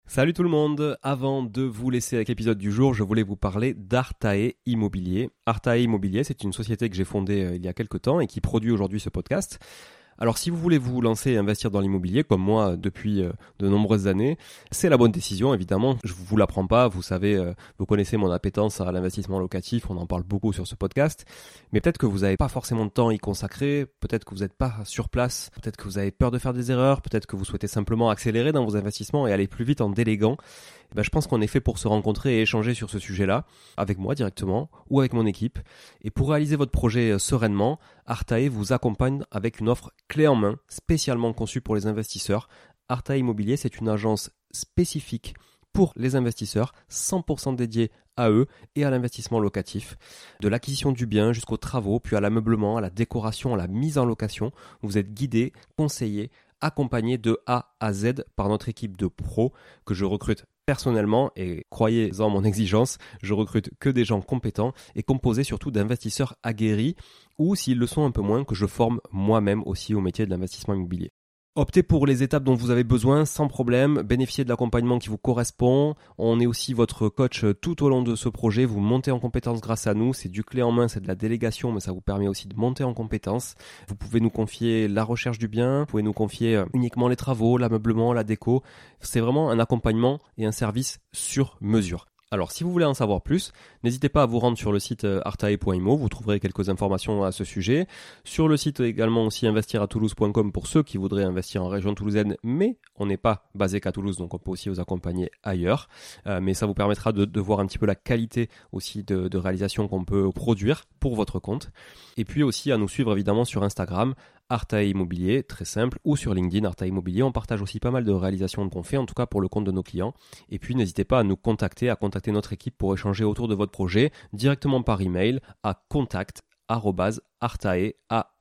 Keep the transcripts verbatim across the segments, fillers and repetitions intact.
Salut tout le monde, avant de vous laisser avec l'épisode du jour, je voulais vous parler d'Artae Immobilier. Artae Immobilier, c'est une société que j'ai fondée euh, il y a quelques temps et qui produit aujourd'hui ce podcast. Alors si vous voulez vous lancer et investir dans l'immobilier, comme moi depuis euh, de nombreuses années, c'est la bonne décision évidemment. Je vous l'apprends pas, vous savez, euh, vous connaissez mon appétence à l'investissement locatif, on en parle beaucoup sur ce podcast. Mais peut-être que vous n'avez pas forcément de temps à y consacrer, peut-être que vous n'êtes pas sur place, peut-être que vous avez peur de faire des erreurs, peut-être que vous souhaitez simplement accélérer dans vos investissements et aller plus vite en déléguant. Eh ben, je pense qu'on est fait pour se rencontrer et échanger sur ce sujet-là, avec moi directement ou avec mon équipe. Et pour réaliser votre projet sereinement, Artae vous accompagne avec une offre clé en main, spécialement conçue pour les investisseurs. Artae Immobilier, c'est une agence spécifique pour les investisseurs, cent pour cent dédiée à eux et à l'investissement locatif. De l'acquisition du bien jusqu'aux travaux, puis à l'ameublement, à la décoration, à la mise en location. Vous êtes guidé, conseillé, accompagné de A à Z par notre équipe de pros que je recrute personnellement, et croyez-en mon exigence, je recrute que des gens compétents et composés surtout d'investisseurs aguerris ou, s'ils le sont un peu moins, que je forme moi-même aussi au métier de l'investissement immobilier. Optez pour les étapes dont vous avez besoin sans problème, bénéficiez de l'accompagnement qui vous correspond. On est aussi votre coach tout au long de ce projet, vous montez en compétences grâce à nous, c'est du clé en main, c'est de la délégation, mais ça vous permet aussi de monter en compétences. Vous pouvez nous confier la recherche du bien, vous pouvez nous confier uniquement les travaux, l'ameublement, la déco. C'est vraiment un accompagnement et un service sur mesure. Alors, si vous voulez en savoir plus, n'hésitez pas à vous rendre sur le site artae point imo, vous trouverez quelques informations à ce sujet. Sur le site également aussi investir à toulouse point com pour ceux qui voudraient investir en région toulousaine, mais on n'est pas basé qu'à Toulouse, donc on peut aussi vous accompagner ailleurs. Euh, mais ça vous permettra de, de voir un petit peu la qualité aussi de, de réalisation qu'on peut produire pour votre compte. Et puis aussi à nous suivre évidemment sur Instagram, Artae Immobilier, très simple, ou sur LinkedIn, Artae Immobilier. On partage aussi pas mal de réalisations qu'on fait, en tout cas pour le compte de nos clients. Et puis n'hésitez pas à nous contacter, à contacter notre équipe pour échanger autour de votre projet directement par email à contact arobase artae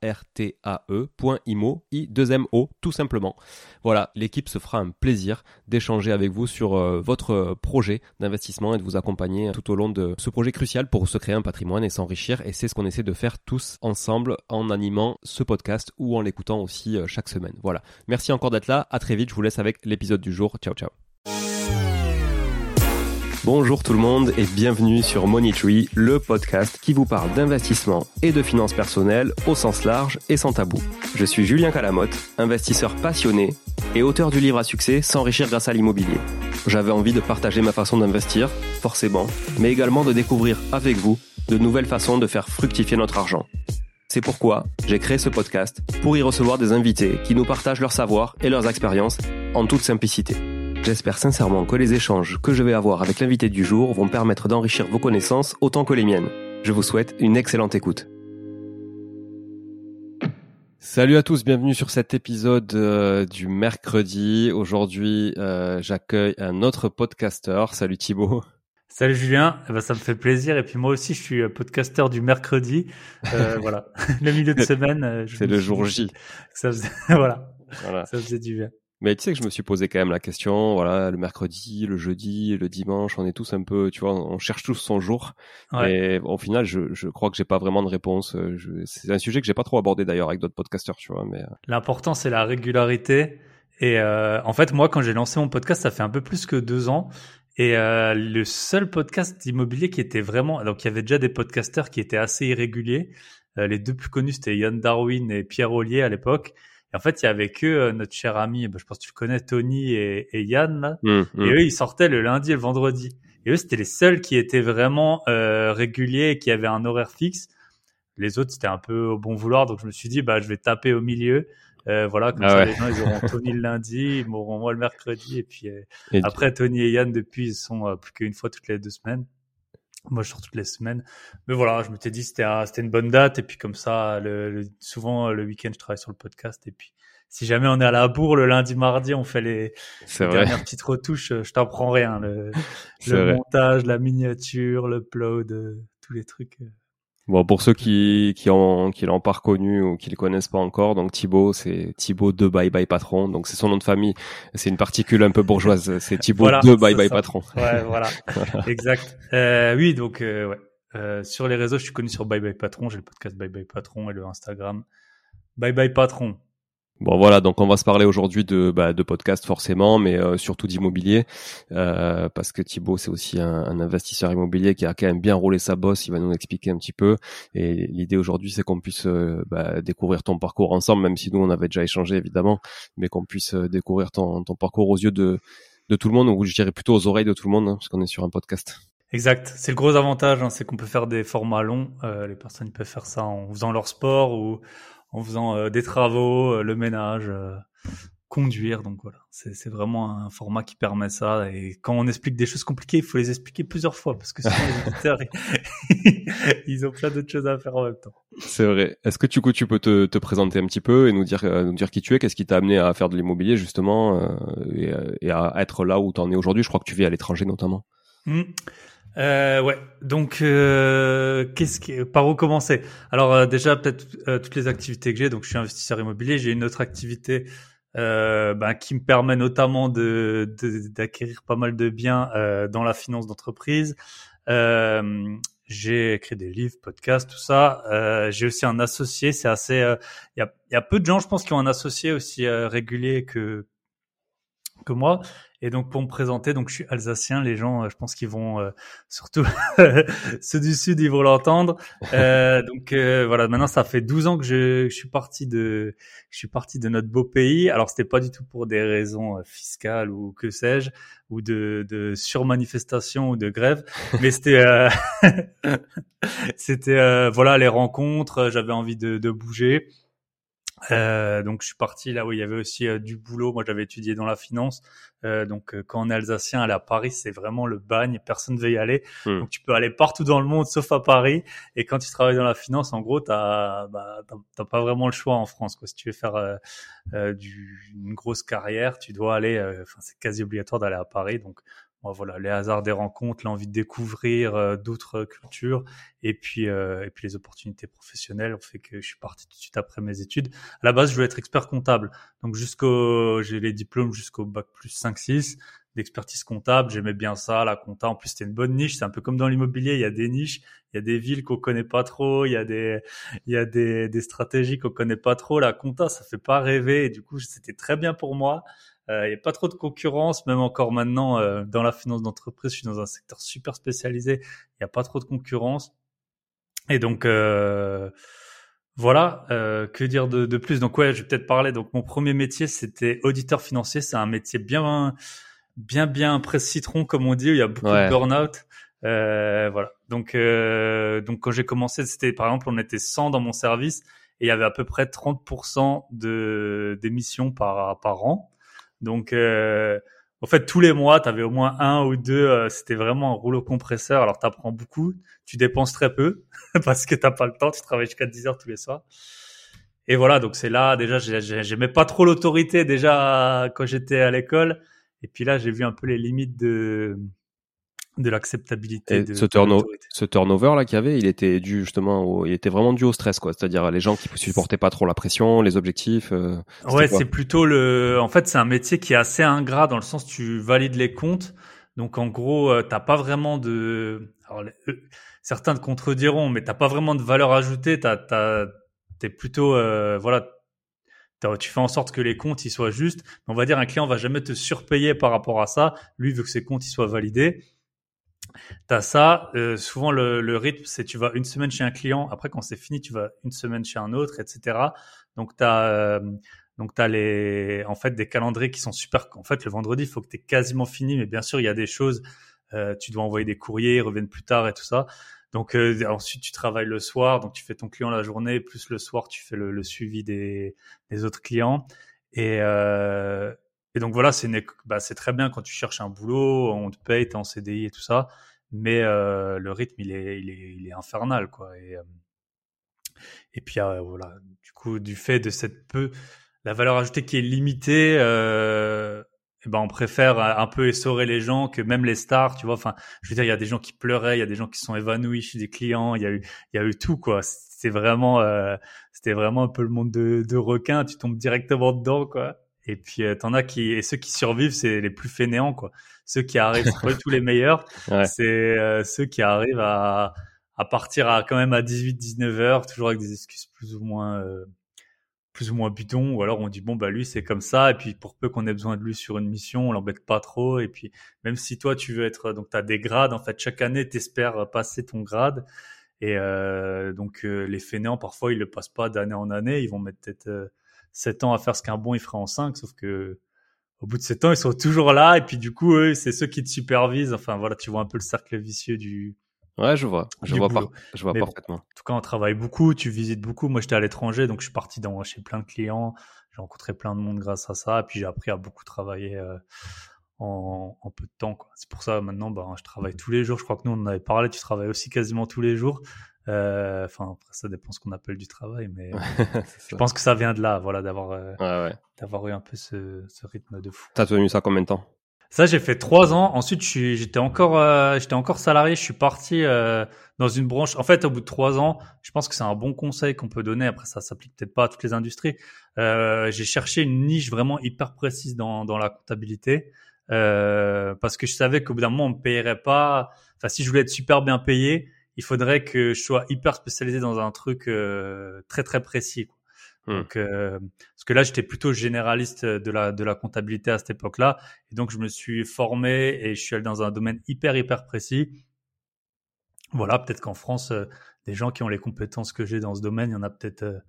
point imo, i deux m o tout simplement. Voilà, l'équipe se fera un plaisir d'échanger avec vous sur euh, votre projet d'investissement et de vous accompagner tout au long de ce projet crucial pour se créer un patrimoine et s'enrichir. Et c'est ce qu'on essaie de faire tous ensemble en animant ce podcast ou en l'écoutant aussi euh, chaque semaine. Voilà, merci encore d'être là, à très vite, je vous laisse avec l'épisode du jour. Ciao ciao. Bonjour tout le monde et bienvenue sur Money Tree, le podcast qui vous parle d'investissement et de finances personnelles au sens large et sans tabou. Je suis Julien Calamotte, investisseur passionné et auteur du livre à succès S'enrichir grâce à l'immobilier. J'avais envie de partager ma façon d'investir, forcément, mais également de découvrir avec vous de nouvelles façons de faire fructifier notre argent. C'est pourquoi j'ai créé ce podcast pour y recevoir des invités qui nous partagent leur savoir et leurs expériences en toute simplicité. J'espère sincèrement que les échanges que je vais avoir avec l'invité du jour vont permettre d'enrichir vos connaissances autant que les miennes. Je vous souhaite une excellente écoute. Salut à tous, bienvenue sur cet épisode euh, du mercredi. Aujourd'hui, euh, j'accueille un autre podcasteur. Salut Thibaut. Salut Julien, eh ben, ça me fait plaisir. Et puis moi aussi, je suis podcasteur du mercredi. Euh, voilà, le milieu de semaine. Je C'est le jour J. Ça faisait, voilà. voilà, ça faisait du bien. Mais tu sais que je me suis posé quand même la question, voilà, le mercredi, le jeudi, le dimanche, on est tous un peu, tu vois, on cherche tous son jour. Ouais. Et au final, je, je crois que j'ai pas vraiment de réponse. Je, c'est un sujet que j'ai pas trop abordé d'ailleurs avec d'autres podcasteurs, tu vois. Mais l'important, c'est la régularité. Et euh, en fait, moi, quand j'ai lancé mon podcast, ça fait un peu plus que deux ans. Et euh, le seul podcast immobilier qui était vraiment, donc il y avait déjà des podcasteurs qui étaient assez irréguliers. Euh, les deux plus connus, c'était Yann Darwin et Pierre Ollier à l'époque. Et en fait, il y avait que euh, notre cher ami, bah, je pense que tu le connais, Tony et, et Yann, là. Mmh, mmh. Et eux, ils sortaient le lundi et le vendredi. Et eux, c'était les seuls qui étaient vraiment euh, réguliers et qui avaient un horaire fixe. Les autres, c'était un peu au bon vouloir. Donc, je me suis dit, bah, je vais taper au milieu. Euh, voilà, comme ah ça, ouais. Les gens, ils auront Tony le lundi, ils m'auront moi le mercredi. Et puis, euh, et après, tu... Tony et Yann, depuis, ils sont euh, plus qu'une fois toutes les deux semaines. Moi, je sors toutes les semaines. Mais voilà, je m'étais dit c'était un, c'était une bonne date. Et puis comme ça, le, le, souvent le week-end, je travaille sur le podcast. Et puis, si jamais on est à la bourre le lundi, mardi, on fait les, les dernières petites retouches. Je t'apprends rien. Le, le montage, la miniature, l'upload, euh, tous les trucs. Euh. Bon, pour ceux qui qui ont qui l'ont pas reconnu ou qui le connaissent pas encore, donc Thibaut, c'est Thibaut de Bye Bye Patron, donc c'est son nom de famille. C'est une particule un peu bourgeoise. C'est Thibaut voilà, de Bye Bye ça. Patron. Ouais, voilà, voilà. Exact. Euh, oui, donc euh, ouais. Euh, sur les réseaux, je suis connu sur Bye Bye Patron. J'ai le podcast Bye Bye Patron et le Instagram Bye Bye Patron. Bon voilà, donc on va se parler aujourd'hui de bah, de podcast forcément, mais euh, surtout d'immobilier, euh, parce que Thibaut c'est aussi un, un investisseur immobilier qui a quand même bien roulé sa bosse. Il va nous expliquer un petit peu. Et l'idée aujourd'hui c'est qu'on puisse euh, bah, découvrir ton parcours ensemble, même si nous on avait déjà échangé évidemment, mais qu'on puisse euh, découvrir ton ton parcours aux yeux de de tout le monde, ou je dirais plutôt aux oreilles de tout le monde, hein, parce qu'on est sur un podcast. Exact. C'est le gros avantage, hein, c'est qu'on peut faire des formats longs. Euh, les personnes peuvent faire ça en faisant leur sport ou en faisant euh, des travaux, euh, le ménage, euh, conduire. Donc voilà, c'est, c'est vraiment un format qui permet ça. Et quand on explique des choses compliquées, il faut les expliquer plusieurs fois parce que sinon les auditeurs, ils ont plein d'autres choses à faire en même temps. C'est vrai. Est-ce que du coup tu peux te, te présenter un petit peu et nous dire euh, nous dire qui tu es, qu'est-ce qui t'a amené à faire de l'immobilier justement euh, et, et à être là où t'en es aujourd'hui? Je crois que tu vis à l'étranger notamment. Mmh. Euh, ouais. Donc, euh, qu'est-ce qui, par où commencer? Alors euh, déjà peut-être euh, toutes les activités que j'ai. Donc, je suis investisseur immobilier. J'ai une autre activité euh, ben, qui me permet notamment de, de d'acquérir pas mal de biens euh, dans la finance d'entreprise. Euh, j'ai écrit des livres, podcasts, tout ça. Euh, j'ai aussi un associé. C'est assez. Il euh, y a, y a peu de gens, je pense, qui ont un associé aussi euh, régulier que que moi. Et donc pour me présenter, donc je suis alsacien. Les gens, euh, je pense qu'ils vont euh, surtout ceux du sud, ils vont l'entendre. Euh, donc euh, voilà, maintenant ça fait douze ans que je, je suis parti de, je suis parti de notre beau pays. Alors c'était pas du tout pour des raisons euh, fiscales ou que sais-je, ou de, de surmanifestation ou de grève, mais c'était, euh, c'était euh, voilà les rencontres. J'avais envie de, de bouger. Euh, donc je suis parti là où il y avait aussi euh, du boulot. Moi j'avais étudié dans la finance, euh, donc euh, quand on est alsacien, aller à Paris c'est vraiment le bagne, personne ne veut y aller. Mmh. Donc tu peux aller partout dans le monde sauf à Paris. Et quand tu travailles dans la finance, en gros t'as bah, t'as, t'as pas vraiment le choix en France, quoi. Si tu veux faire euh, euh, du, une grosse carrière, tu dois aller, enfin euh, c'est quasi obligatoire d'aller à Paris. Donc bon, voilà, les hasards des rencontres, l'envie de découvrir euh, d'autres cultures, et puis euh, et puis les opportunités professionnelles ont fait que je suis parti tout de suite après mes études. À la base, je voulais être expert comptable. Donc jusqu'au, j'ai les diplômes jusqu'au bac plus cinq six d'expertise comptable. J'aimais bien ça, la compta. En plus, c'était une bonne niche. C'est un peu comme dans l'immobilier. Il y a des niches, il y a des villes qu'on connaît pas trop, il y a des, il y a des, des stratégies qu'on connaît pas trop. La compta, ça fait pas rêver. Et du coup, c'était très bien pour moi. Euh, il y a pas trop de concurrence, même encore maintenant, euh, dans la finance d'entreprise. Je suis dans un secteur super spécialisé. Il y a pas trop de concurrence. Et donc, euh, voilà, euh, que dire de, de plus? Donc ouais, je vais peut-être parler. Donc mon premier métier, c'était auditeur financier. C'est un métier bien, bien, bien presse citron, comme on dit, où il y a beaucoup Ouais. de burn-out. Euh, voilà. Donc, euh, donc quand j'ai commencé, c'était par exemple, on était cent dans mon service et il y avait à peu près trente pour cent de d'émissions par par an. Donc, euh, en fait, tous les mois, tu avais au moins un ou deux. Euh, c'était vraiment un rouleau compresseur. Alors, tu apprends beaucoup, tu dépenses très peu parce que t'as pas le temps. Tu travailles jusqu'à dix heures tous les soirs. Et voilà, donc c'est là, déjà, j'aimais pas trop l'autorité déjà quand j'étais à l'école. Et puis là, j'ai vu un peu les limites de de l'acceptabilité de, ce, de turno- l'autorité. ce turnover là qu'il y avait, il était dû justement au, il était vraiment dû au stress, quoi. C'est-à-dire les gens qui supportaient pas trop la pression, les objectifs. Euh, ouais, quoi c'est plutôt le. En fait, c'est un métier qui est assez ingrat dans le sens où tu valides les comptes. Donc en gros, euh, t'as pas vraiment de. Alors, les... certains te contrediront, mais t'as pas vraiment de valeur ajoutée. T'as, t'as, t'es plutôt, euh, voilà. Tu fais en sorte que les comptes ils soient justes. Mais on va dire un client va jamais te surpayer par rapport à ça. Lui veut que ses comptes ils soient validés. T'as ça, euh, souvent le, le rythme, c'est tu vas une semaine chez un client, après quand c'est fini, tu vas une semaine chez un autre, et cetera. Donc t'as, euh, donc t'as les, en fait, des calendriers qui sont super. En fait, le vendredi, il faut que t'aies quasiment fini, mais bien sûr, il y a des choses, euh, tu dois envoyer des courriers, ils reviennent plus tard et tout ça. Donc euh, ensuite, tu travailles le soir, donc tu fais ton client la journée, plus le soir, tu fais le, le suivi des, des autres clients. Et, euh, et donc voilà, c'est, une, bah, c'est très bien quand tu cherches un boulot, on te paye, t'es en C D I et tout ça. Mais euh, le rythme il est il est il est infernal, quoi. Et euh, et puis euh, voilà, du coup du fait de cette peu la valeur ajoutée qui est limitée, euh, et ben on préfère un peu essorer les gens que même les stars, tu vois. Enfin, je veux dire, il y a des gens qui pleuraient, il y a des gens qui sont évanouis chez des clients, il y a eu il y a eu tout, quoi. C'est vraiment euh, c'était vraiment un peu le monde de de requins, tu tombes directement dedans, quoi. Et puis euh, t'en as qui et ceux qui survivent, c'est les plus fainéants, quoi. Ceux qui arrivent, c'est pas tous les meilleurs, ouais. c'est euh, ceux qui arrivent à à partir à quand même à dix-huit dix-neuf heures, toujours avec des excuses plus ou moins euh, plus ou moins bidon, ou alors on dit bon bah lui c'est comme ça, et puis pour peu qu'on ait besoin de lui sur une mission, on l'embête pas trop, et puis même si toi tu veux être, donc t'as des grades en fait, chaque année t'espères passer ton grade, et euh, donc euh, les fainéants parfois ils le passent pas d'année en année, ils vont mettre peut-être euh, sept ans à faire ce qu'un bon il ferait en cinq, sauf que au bout de sept ans ils sont toujours là, et puis du coup eux c'est ceux qui te supervisent, enfin voilà, tu vois un peu le cercle vicieux du Ouais, je vois, je du vois, par- boulot. je vois Mais bon, parfaitement. en tout cas, on travaille beaucoup, tu visites beaucoup. Moi, j'étais à l'étranger, donc je suis parti dans, chez plein de clients. J'ai rencontré plein de monde grâce à ça. Et puis, j'ai appris à beaucoup travailler euh, en, en peu de temps, quoi. C'est pour ça, maintenant, bah, je travaille tous les jours. Je crois que nous, on en avait parlé. Tu travailles aussi quasiment tous les jours. Euh, Enfin, après, ça dépend ce qu'on appelle du travail. Mais euh, C'est je ça. pense que ça vient de là, voilà, d'avoir euh, Ouais, ouais. d'avoir eu un peu ce, ce rythme de fou. T'as tenu ça combien de temps? Ça, j'ai fait trois ans. Ensuite, je suis, j'étais encore, euh, j'étais encore salarié. Je suis parti euh, dans une branche. En fait, au bout de trois ans, je pense que c'est un bon conseil qu'on peut donner. Après, ça s'applique peut-être pas à toutes les industries. Euh, j'ai cherché une niche vraiment hyper précise dans, dans la comptabilité euh, parce que je savais qu'au bout d'un moment, on me payerait pas. Enfin, si je voulais être super bien payé, il faudrait que je sois hyper spécialisé dans un truc euh, très très précis, quoi. Hmm. Donc, euh, parce que là, j'étais plutôt généraliste de la de la comptabilité à cette époque-là. Et donc, je me suis formé et je suis allé dans un domaine hyper, hyper précis. Voilà, peut-être qu'en France, euh, des gens qui ont les compétences que j'ai dans ce domaine, il y en a peut-être, euh,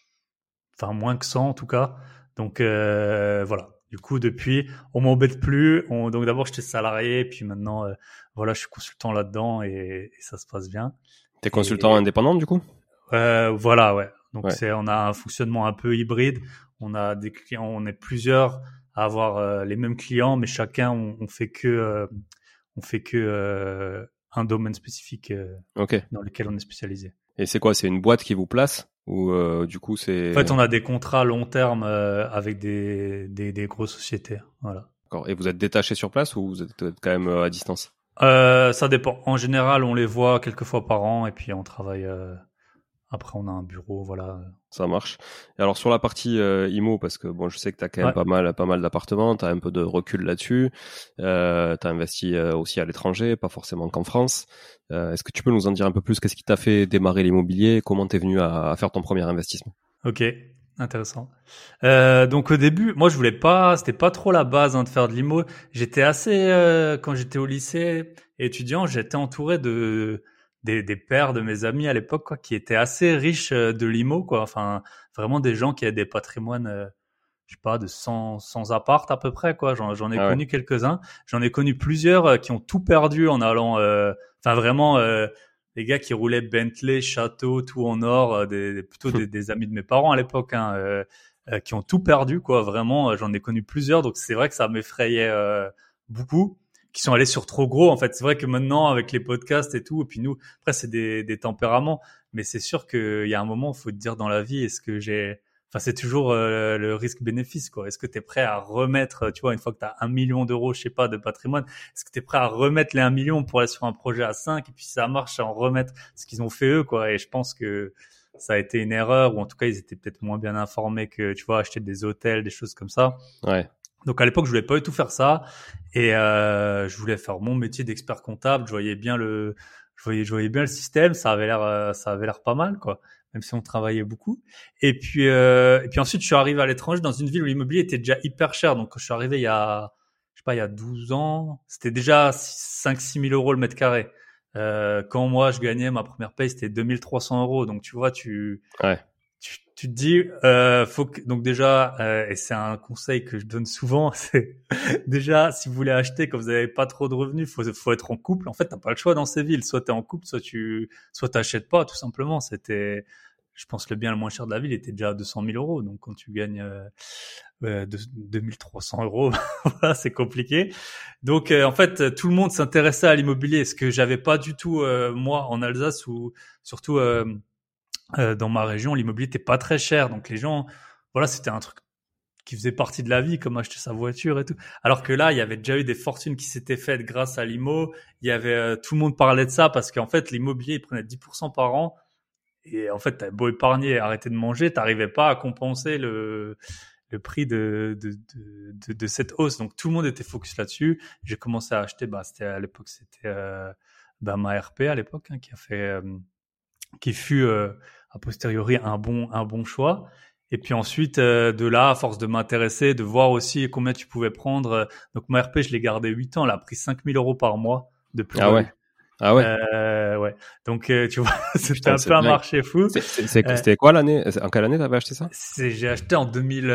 enfin, moins que cent en tout cas. Donc, euh, voilà. Du coup, depuis, on m'embête plus. On, donc, d'abord, j'étais salarié, puis maintenant, euh, voilà, je suis consultant là-dedans et, et ça se passe bien. T'es consultant Et indépendant du coup? euh, voilà, ouais. Donc, Ouais. c'est, on a un fonctionnement un peu hybride. On a des clients, on est plusieurs à avoir euh, les mêmes clients, mais chacun, on, on fait que euh, on fait que euh, un domaine spécifique euh, Ok. dans lequel on est spécialisé. Et c'est quoi? C'est une boîte qui vous place? Ou euh, du coup En c'est... fait, on a des contrats long terme euh, avec des, des, des grosses sociétés. Voilà. D'accord. Et vous êtes détaché sur place ou vous êtes euh, quand même euh, à distance? Euh, ça dépend. En général, on les voit quelques fois par an et puis on travaille. Euh, après, on a un bureau. Voilà. Ça marche. Et alors sur la partie euh, IMO, parce que bon, je sais que t'as quand même Ouais. pas mal, pas mal d'appartements, t'as un peu de recul là-dessus. Euh, t'as investi euh, aussi à l'étranger, pas forcément qu'en France. Euh, est-ce que tu peux nous en dire un peu plus? Qu'est-ce qui t'a fait démarrer l'immobilier? Comment t'es venu à, à faire ton premier investissement? Ok. Intéressant. Euh, donc au début, moi je voulais pas, c'était pas trop la base hein, de faire de l'IMO. J'étais assez, euh, quand j'étais au lycée étudiant, j'étais entouré de des, des pères de mes amis à l'époque quoi, qui étaient assez riches euh, de l'IMO quoi. Enfin vraiment des gens qui avaient des patrimoines, euh, je sais pas, de cent, cent appart à peu près quoi. J'en, j'en ai Ah ouais. connu quelques-uns. J'en ai connu plusieurs euh, qui ont tout perdu en allant, euh, enfin vraiment. Euh, les gars qui roulaient Bentley, château, tout en or, euh, des, des- plutôt des, des amis de mes parents à l'époque, hein, euh, euh, qui ont tout perdu, quoi. Vraiment, euh, j'en ai connu plusieurs, donc c'est vrai que ça m'effrayait euh, beaucoup, qui sont allés sur trop gros. En fait, c'est vrai que maintenant avec les podcasts et tout, et puis nous, après c'est des, des tempéraments, mais c'est sûr qu'il y a un moment, il faut te dire dans la vie, est-ce que j'ai, enfin c'est toujours euh, le risque-bénéfice, quoi. Est-ce que tu es prêt à remettre, tu vois, une fois que tu as un million d'euros, je sais pas, de patrimoine, est-ce que tu es prêt à remettre les un million pour aller sur un projet à cinq et puis si ça marche, à en remettre ce qu'ils ont fait eux, quoi. Et je pense que ça a été une erreur, ou en tout cas, ils étaient peut-être moins bien informés que, tu vois, acheter des hôtels, des choses comme ça. Ouais. Donc à l'époque, je voulais pas du tout faire ça, et euh, je voulais faire mon métier d'expert comptable. Je voyais bien le, je voyais, je voyais bien le système. Ça avait l'air, euh, ça avait l'air pas mal, quoi. Même si on travaillait beaucoup. Et puis, euh, et puis ensuite, je suis arrivé à l'étranger dans une ville où l'immobilier était déjà hyper cher. Donc quand je suis arrivé il y a, je sais pas, il y a douze ans, c'était déjà cinq six mille euros le mètre carré. Euh, quand moi je gagnais ma première paye, c'était deux mille trois cents euros. Donc tu vois, tu Ouais. tu, tu te dis, euh, faut que, donc déjà, euh, et c'est un conseil que je donne souvent, c'est déjà, si vous voulez acheter quand vous n'avez pas trop de revenus, faut, faut être en couple. En fait, t'as pas le choix dans ces villes. Soit t'es en couple, soit tu, soit t'achètes pas, tout simplement. C'était, je pense, le bien le moins cher de la ville était déjà à deux cent mille euros. Donc, quand tu gagnes euh, euh, deux mille trois cents euros, voilà, c'est compliqué. Donc, euh, en fait, tout le monde s'intéressait à l'immobilier, ce que j'avais pas du tout, euh, moi, en Alsace, ou surtout, euh, euh, dans ma région, l'immobilier n'était pas très cher. Donc les gens, voilà, c'était un truc qui faisait partie de la vie, comme acheter sa voiture et tout. Alors que là, il y avait déjà eu des fortunes qui s'étaient faites grâce à l'immo. Il y avait, euh, tout le monde parlait de ça parce qu'en fait, l'immobilier, il prenait dix pour cent par an. Et en fait, t'avais beau épargner et arrêter de manger, t'arrivais pas à compenser le, le prix de, de, de, de, de cette hausse. Donc tout le monde était focus là-dessus. J'ai commencé à acheter, bah, c'était à l'époque, c'était euh, bah, ma R P à l'époque, hein, qui a fait, euh, qui fut euh, a posteriori un bon un bon choix. Et puis ensuite, euh, de là, à force de m'intéresser, de voir aussi combien tu pouvais prendre. euh, donc, mon R P, je l'ai gardé huit ans. Elle a pris cinq mille euros par mois de Ah plus-value. ouais. Ah ouais. Euh, ouais. Donc, euh, tu vois, c'était Putain, un c'est peu un dingue. marché fou. C'est- c'est- c'est- Euh, C'était quoi l'année? En quelle année t'avais acheté ça? c'est, j'ai acheté en deux mille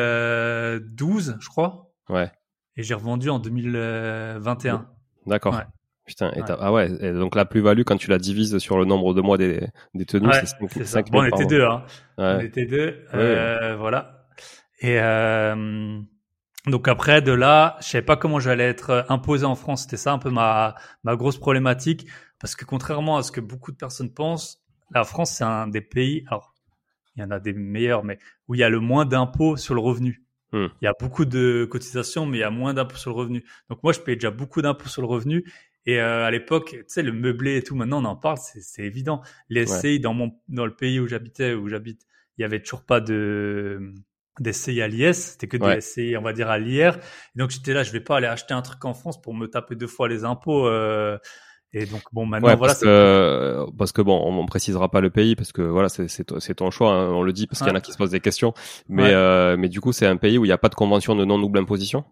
douze, je crois, Ouais. et j'ai revendu en deux mille vingt et un. D'accord. Ouais. Putain, et Ouais. t'as- ah ouais, et donc la plus-value quand tu la divises sur le nombre de mois des, des tenues, Ouais, c'est cinq c'est ça. cinq Bon, on mille par était mois. deux, hein. On Ouais. était deux. Oui. Euh, voilà. Et euh, donc après, de là, je savais pas comment j'allais être imposé en France. C'était ça un peu ma ma grosse problématique, parce que contrairement à ce que beaucoup de personnes pensent, la France c'est un des pays. Alors, il y en a des meilleurs, mais où il y a le moins d'impôts sur le revenu. Hmm. Il y a beaucoup de cotisations, mais il y a moins d'impôts sur le revenu. Donc moi, je payais déjà beaucoup d'impôts sur le revenu. Et euh, à l'époque, tu sais, le meublé et tout, maintenant on en parle, c'est, c'est évident. Les Ouais. S C I dans mon dans le pays où j'habitais, où j'habite, il y avait toujours pas de des S C I à l'I S, c'était que des Ouais. S C I, on va dire, à l'I R. Et donc j'étais là, je vais pas aller acheter un truc en France pour me taper deux fois les impôts. Euh, et donc bon, maintenant Ouais, voilà, parce c'est que parce que bon, on, on précisera pas le pays parce que voilà, c'est c'est ton- c'est ton choix, hein, on le dit parce qu'il y en a Ouais. qui se posent des questions, mais Ouais. euh, mais du coup, c'est un pays où il n'y a pas de convention de non double imposition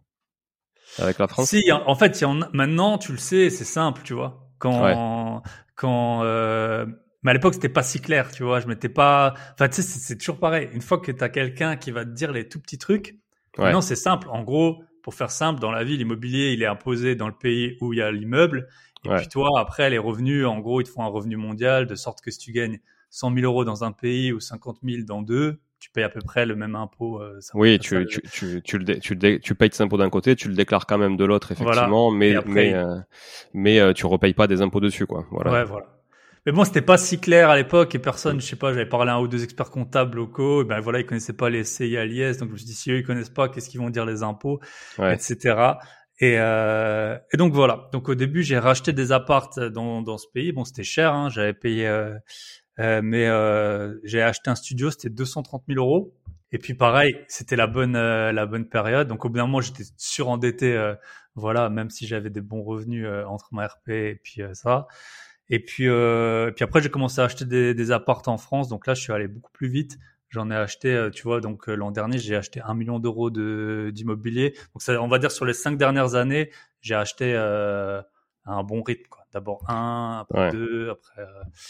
avec la France. Si, en en fait, il y en a- maintenant, tu le sais, c'est simple, tu vois. Ouais. Quand, quand, euh, mais à l'époque, c'était pas si clair, tu vois. Je m'étais pas, enfin, tu sais, c'est, c'est toujours pareil. Une fois que t'as quelqu'un qui va te dire les tout petits trucs, Ouais. maintenant, c'est simple. En gros, pour faire simple, dans la vie, l'immobilier, il est imposé dans le pays où il y a l'immeuble. Et Ouais. puis toi, après, les revenus, en gros, ils te font un revenu mondial, de sorte que si tu gagnes cent mille euros dans un pays ou cinquante mille dans deux, tu payes à peu près le même impôt. euh, ça- Oui, ça- tu tu tu tu le dé- tu, le dé- tu payes tes impôts d'un côté, tu le déclares quand même de l'autre effectivement, Voilà. mais Et après, mais il- euh, mais euh, tu repayes pas des impôts dessus quoi. Voilà. Ouais, voilà. Mais bon, c'était pas si clair à l'époque et personne, je sais pas, j'avais parlé à un ou deux experts comptables locaux, et ben voilà, ils connaissaient pas les S C I à l'I S, donc je me suis dit, si eux ils connaissent pas, qu'est-ce qu'ils vont dire les impôts, Ouais. et cetera. Et, euh, et donc voilà. Donc au début, j'ai racheté des appartes dans, dans ce pays. Bon, c'était cher, hein, j'avais payé, euh, euh, mais euh, j'ai acheté un studio, c'était deux cent trente mille euros. Et puis pareil, c'était la bonne euh, la bonne période. Donc au bout d'un moment, j'étais surendetté, euh, voilà, même si j'avais des bons revenus euh, entre ma R P et puis euh, ça. Et puis, euh, et puis après, j'ai commencé à acheter des, des apparts en France. Donc là, je suis allé beaucoup plus vite. J'en ai acheté, euh, tu vois, donc euh, l'an dernier, j'ai acheté un million d'euros de, d'immobilier. Donc ça, on va dire sur les cinq dernières années, j'ai acheté euh, un bon rythme, quoi. D'abord un, après Ouais. deux, après. Euh...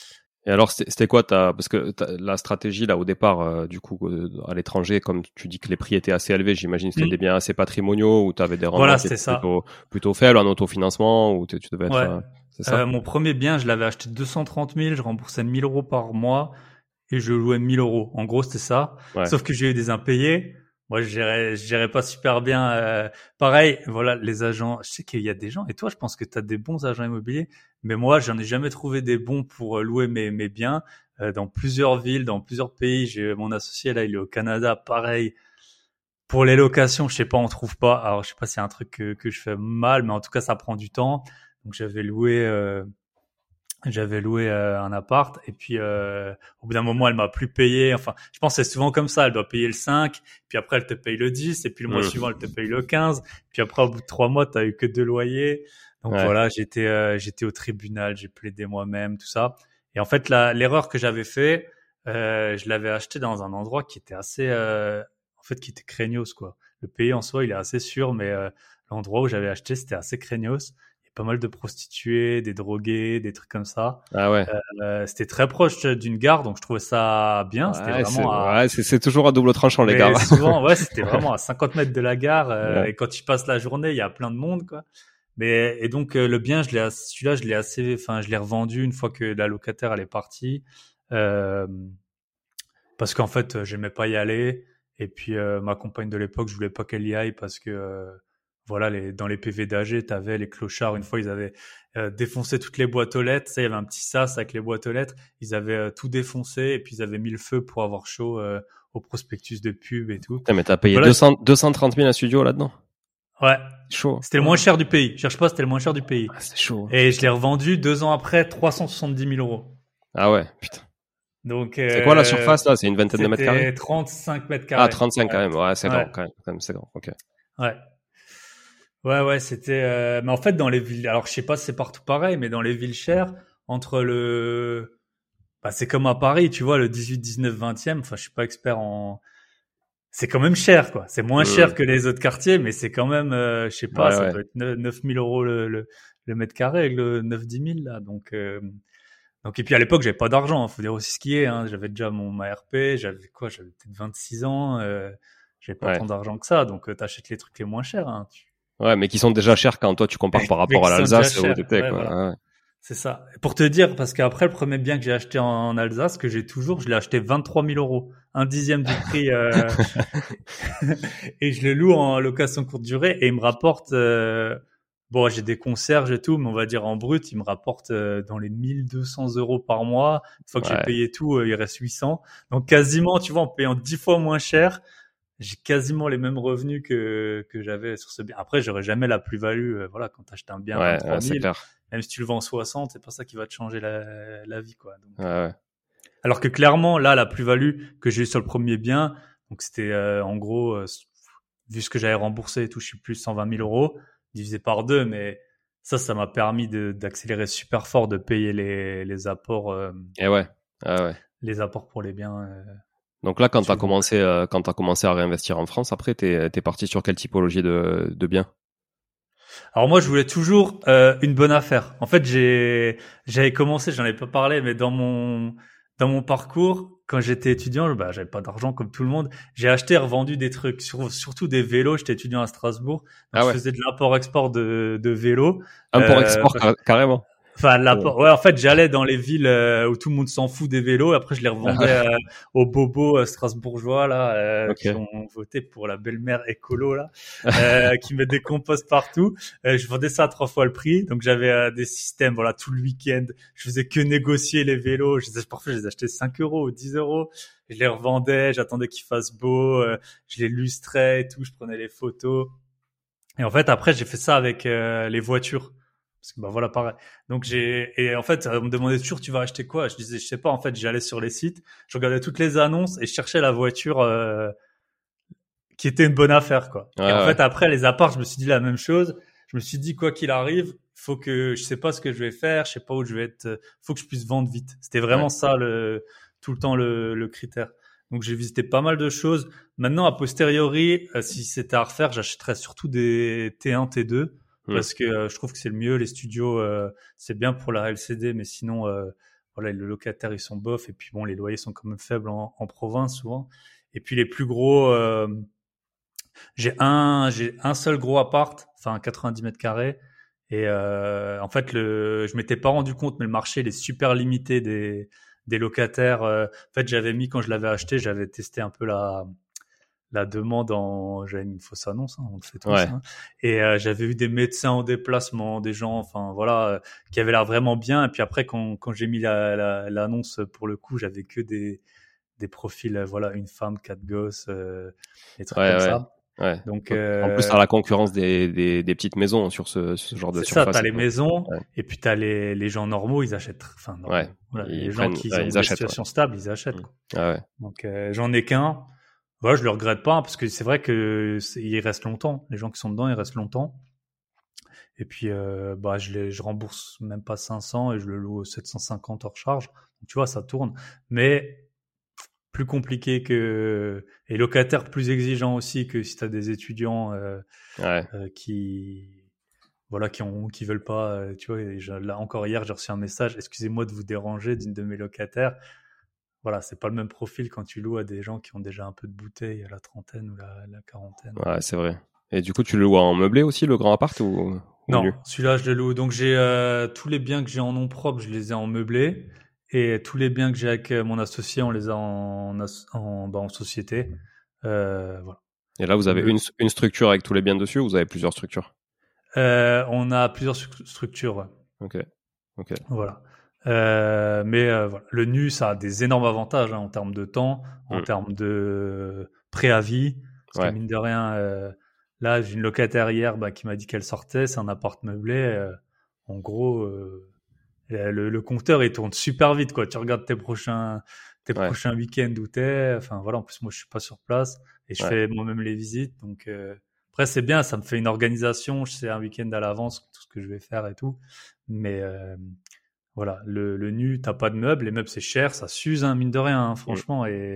Et alors, c'était c'était quoi ta, parce que ta- la stratégie là au départ, euh, du coup, euh, à l'étranger, comme tu dis que les prix étaient assez élevés, j'imagine que c'était Mm. des biens assez patrimoniaux où tu avais des rendements Voilà, qui étaient c'était ça. plutôt plutôt faibles en autofinancement où tu tu devais être, Ouais. euh, c'est ça? Euh, mon premier bien, je l'avais acheté deux cent trente mille, je remboursais mille euros par mois et je louais mille euros. En gros, c'était ça. Ouais. Sauf que j'ai eu des impayés. Moi, je gérais, je gérais pas super bien. Euh, pareil, voilà, les agents. Je sais qu'il y a des gens, et toi, je pense que tu as des bons agents immobiliers, mais moi, j'en ai jamais trouvé des bons pour euh, louer mes, mes biens euh, dans plusieurs villes, dans plusieurs pays. J'ai mon associé là, il est au Canada, pareil. Pour les locations, je sais pas, on trouve pas. Alors, je sais pas si c'est un truc que, que je fais mal, mais en tout cas, ça prend du temps. Donc, j'avais loué, euh, j'avais loué euh, un appart et puis euh, au bout d'un moment elle m'a plus payé, enfin je pense que c'est souvent comme ça, elle doit payer le cinq, puis après elle te paye le dix et puis le mois Mmh. suivant elle te paye le quinze, puis après au bout de trois mois t'as eu que deux loyers, donc Ouais. voilà, j'étais euh, j'étais au tribunal, j'ai plaidé moi-même, tout ça. Et en fait la, l'erreur que j'avais fait, euh, je l'avais acheté dans un endroit qui était assez euh, en fait qui était craignos quoi. Le pays en soi il est assez sûr, mais euh, l'endroit où j'avais acheté c'était assez craignos. Pas mal de prostituées, des drogués, des trucs comme ça. Ah ouais. Euh, c'était très proche d'une gare, donc je trouvais ça bien. C'était Ouais, c'est vraiment à... ouais, c'est c'est toujours à double tranchant les Mais gars. souvent, ouais, c'était vraiment à cinquante mètres de la gare. Euh, Ouais. Et quand tu passes la journée, il y a plein de monde, quoi. Mais et donc euh, le bien, je l'ai, celui-là, je l'ai assez, enfin, je l'ai revendu une fois que la locataire elle est partie, euh, parce qu'en fait, j'aimais pas y aller. Et puis euh, ma compagne de l'époque, je voulais pas qu'elle y aille parce que euh, voilà, les, dans les P V d'A G, t'avais les clochards. Une fois, ils avaient euh, défoncé toutes les boîtes aux lettres. Ça, il y avait un petit sas avec les boîtes aux lettres. Ils avaient euh, tout défoncé et puis ils avaient mis le feu pour avoir chaud euh, au prospectus de pub et tout. Putain, mais t'as payé Voilà. deux cents, deux cent trente mille un studio là-dedans. Ouais. Chaud. C'était le moins cher du pays. Je cherche pas, c'était le moins cher du pays. Ah, c'est chaud. Et je l'ai revendu deux ans après, trois cent soixante-dix mille euros. Ah ouais, putain. Donc, euh, C'est quoi la surface là? C'est une vingtaine de mètres carrés? C'était trente-cinq mètres carrés. Ah, trente-cinq quand même. Ouais, c'est Ouais. grand quand même. Quand même, c'est grand. Ok. Ouais. Ouais, ouais, c'était. Euh... Mais en fait, dans les villes, alors je sais pas si c'est partout pareil, mais dans les villes chères, entre le, bah, c'est comme à Paris, tu vois, le dix-huit, dix-neuf, vingtième. Enfin, je suis pas expert en c'est quand même cher, quoi. C'est moins Mmh. cher que les autres quartiers, mais c'est quand même, euh, je sais pas, Ouais, ça ouais. doit être neuf mille euros le, le, le mètre carré avec le neuf dix mille là. Donc, euh, donc, et puis à l'époque, j'avais pas d'argent. Faut dire aussi ce qui est. Hein. J'avais déjà mon ma R P, j'avais quoi, j'avais peut-être vingt-six ans. Euh, j'avais pas Ouais. tant d'argent que ça, donc euh, t'achètes les trucs les moins chers. Hein. Tu... Ouais, mais qui sont déjà chers quand toi tu compares par Mais rapport qui à sont déjà l'Alsace où chers. t'étais, Ouais, quoi. voilà. Ouais. C'est ça. Pour te dire, parce qu'après, le premier bien que j'ai acheté en Alsace, que j'ai toujours, je l'ai acheté vingt-trois mille euros. Un dixième du prix. Euh... et je le loue en location courte durée et il me rapporte... Euh... Bon, j'ai des concierges et tout, mais on va dire en brut, il me rapporte euh, dans les mille deux cents euros par mois. Une fois que j'ai Ouais. payé tout, euh, il reste huit cents. Donc quasiment, tu vois, en payant dix fois moins cher, j'ai quasiment les mêmes revenus que que j'avais sur ce bien. Après, j'aurais jamais la plus-value. Euh, voilà, quand t'achètes un bien Ouais, vingt-trois ouais, c'est mille, clair. même si tu le vends soixante, c'est pas ça qui va te changer la, la vie, quoi. Donc, Ouais, euh, ouais. alors que clairement, là, la plus-value que j'ai eu sur le premier bien, donc c'était euh, en gros, euh, vu ce que j'avais remboursé et tout, je suis plus cent vingt mille euros divisé par deux, mais ça, ça m'a permis de, d'accélérer super fort, de payer les, les apports, euh, Et ouais. Ouais, ouais. les apports pour les biens. Euh, Donc là, quand t'as suivants. commencé, euh, quand t'as commencé à réinvestir en France, après, t'es, t'es parti sur quelle typologie de, de biens? Alors moi, je voulais toujours euh, une bonne affaire. En fait, j'ai j'avais commencé, j'en ai pas parlé, mais dans mon dans mon parcours, quand j'étais étudiant, bah j'avais pas d'argent comme tout le monde. J'ai acheté et revendu des trucs, sur, surtout des vélos. J'étais étudiant à Strasbourg, donc Ah je ouais. faisais de l'import-export de de vélos. Euh, Import-export, car- carrément. Enfin, Ouais. l'apport. Ouais, en fait, j'allais dans les villes euh, où tout le monde s'en fout des vélos. Après, je les revendais euh, aux bobos euh, strasbourgeois là, euh, qui Ok. ont voté pour la belle-mère écolo là, euh, qui mettent des composts partout. Euh, je vendais ça à trois fois le prix. Donc, j'avais euh, des systèmes. Voilà, tout le week-end, je faisais que négocier les vélos. Je les, parfois, je les achetais cinq euros ou dix euros. Je les revendais. J'attendais qu'il fasse beau. Euh, je les lustrais et tout. Je prenais les photos. Et en fait, après, j'ai fait ça avec euh, les voitures. Parce que bah voilà, pareil. Donc j'ai et en fait, on me demandait toujours tu vas acheter quoi. Je disais je sais pas. En fait, j'allais sur les sites, je regardais toutes les annonces et je cherchais la voiture euh, qui était une bonne affaire quoi. Ouais, Et en ouais. fait, après les apparts, je me suis dit la même chose. Je me suis dit quoi qu'il arrive, faut que je sais pas ce que je vais faire, je sais pas où je vais être. Faut que je puisse vendre vite. C'était Ouais. vraiment ça le tout le temps le, le critère. Donc j'ai visité pas mal de choses. Maintenant, a posteriori, euh, si c'était à refaire, j'achèterais surtout des T un, T deux. Hmm. Parce que euh, je trouve que c'est le mieux. Les studios, euh, c'est bien pour la L C D, mais sinon, euh, voilà, les locataires, ils sont bof. Et puis bon, les loyers sont quand même faibles en, en province souvent. Et puis les plus gros, euh, j'ai un, j'ai un seul gros appart, enfin quatre-vingt-dix mètres carrés. Et euh, en fait, le, je m'étais pas rendu compte, mais le marché il est super limité des, des locataires. Euh, en fait, j'avais mis quand je l'avais acheté, j'avais testé un peu la la demande en j'avais mis une fausse annonce, hein, on le fait tous, Ouais. hein. Et euh, j'avais eu des médecins en déplacement, des gens, enfin voilà, euh, qui avaient l'air vraiment bien. Et puis après, quand quand j'ai mis la, la l'annonce pour le coup, j'avais que des des profils, euh, voilà, une femme, quatre gosses, euh, des trucs Ouais, comme ouais. ça. Ouais. Donc Donc, en plus, euh, t'as la concurrence des, des, des petites maisons sur ce, ce genre de c'est ça, surface t'as et les tout. maisons Ouais. et puis t'as les les gens normaux, ils achètent, enfin Ouais. normaux, voilà, Ils les gens prennent, qui ouais, ont ils des achètent, ouais. situations stables, ils achètent, Hmm. quoi. Ah ouais. Donc euh, j'en ai qu'un. Voilà, je le regrette pas, hein, parce que c'est vrai que c'est, il reste longtemps. Les gens qui sont dedans, ils restent longtemps. Et puis, euh, bah, je les, je rembourse même pas cinq cents et je le loue sept cent cinquante hors charge. Donc, tu vois, ça tourne. Mais plus compliqué que, et locataire plus exigeant aussi que si t'as des étudiants euh, Ouais. euh, qui, voilà, qui ont, qui veulent pas. Euh, tu vois, et je- là encore hier, j'ai reçu un message. Excusez-moi de vous déranger d'une de mes locataires. Voilà, c'est pas le même profil quand tu loues à des gens qui ont déjà un peu de bouteille à la trentaine ou la, la quarantaine. Ouais, c'est vrai. Et du coup, tu le loues en meublé aussi, le grand appart, ou, ou Non, nu? celui-là, je le loue. Donc, j'ai euh, tous les biens que j'ai en nom propre, je les ai en meublé. Et tous les biens que j'ai avec euh, mon associé, on les a en, as- en, bah, en société. Euh, voilà. Et là, vous avez Le- une, une structure avec tous les biens dessus, ou vous avez plusieurs structures? euh, on a plusieurs stru- structures. Ouais. Ok. Ok. Voilà. Euh, mais euh, voilà. Le nu, ça a des énormes avantages hein, en termes de temps, en Hmm. termes de préavis. Parce que Ouais. mine de rien, euh, là, j'ai une locataire hier bah, qui m'a dit qu'elle sortait. C'est un appart meublé. Euh, en gros, euh, le, le compteur, il tourne super vite. Quoi. Tu regardes tes prochains, tes Ouais. prochains week-ends où t'es. Enfin, voilà. En plus, moi, je suis pas sur place et je Ouais. fais moi-même les visites. Donc, euh, après, c'est bien. Ça me fait une organisation. Je sais un week-end à l'avance tout ce que je vais faire et tout. Mais euh, voilà, le, le nu, t'as pas de meubles, les meubles c'est cher, ça s'use, hein, mine de rien, hein, Hmm. franchement, et,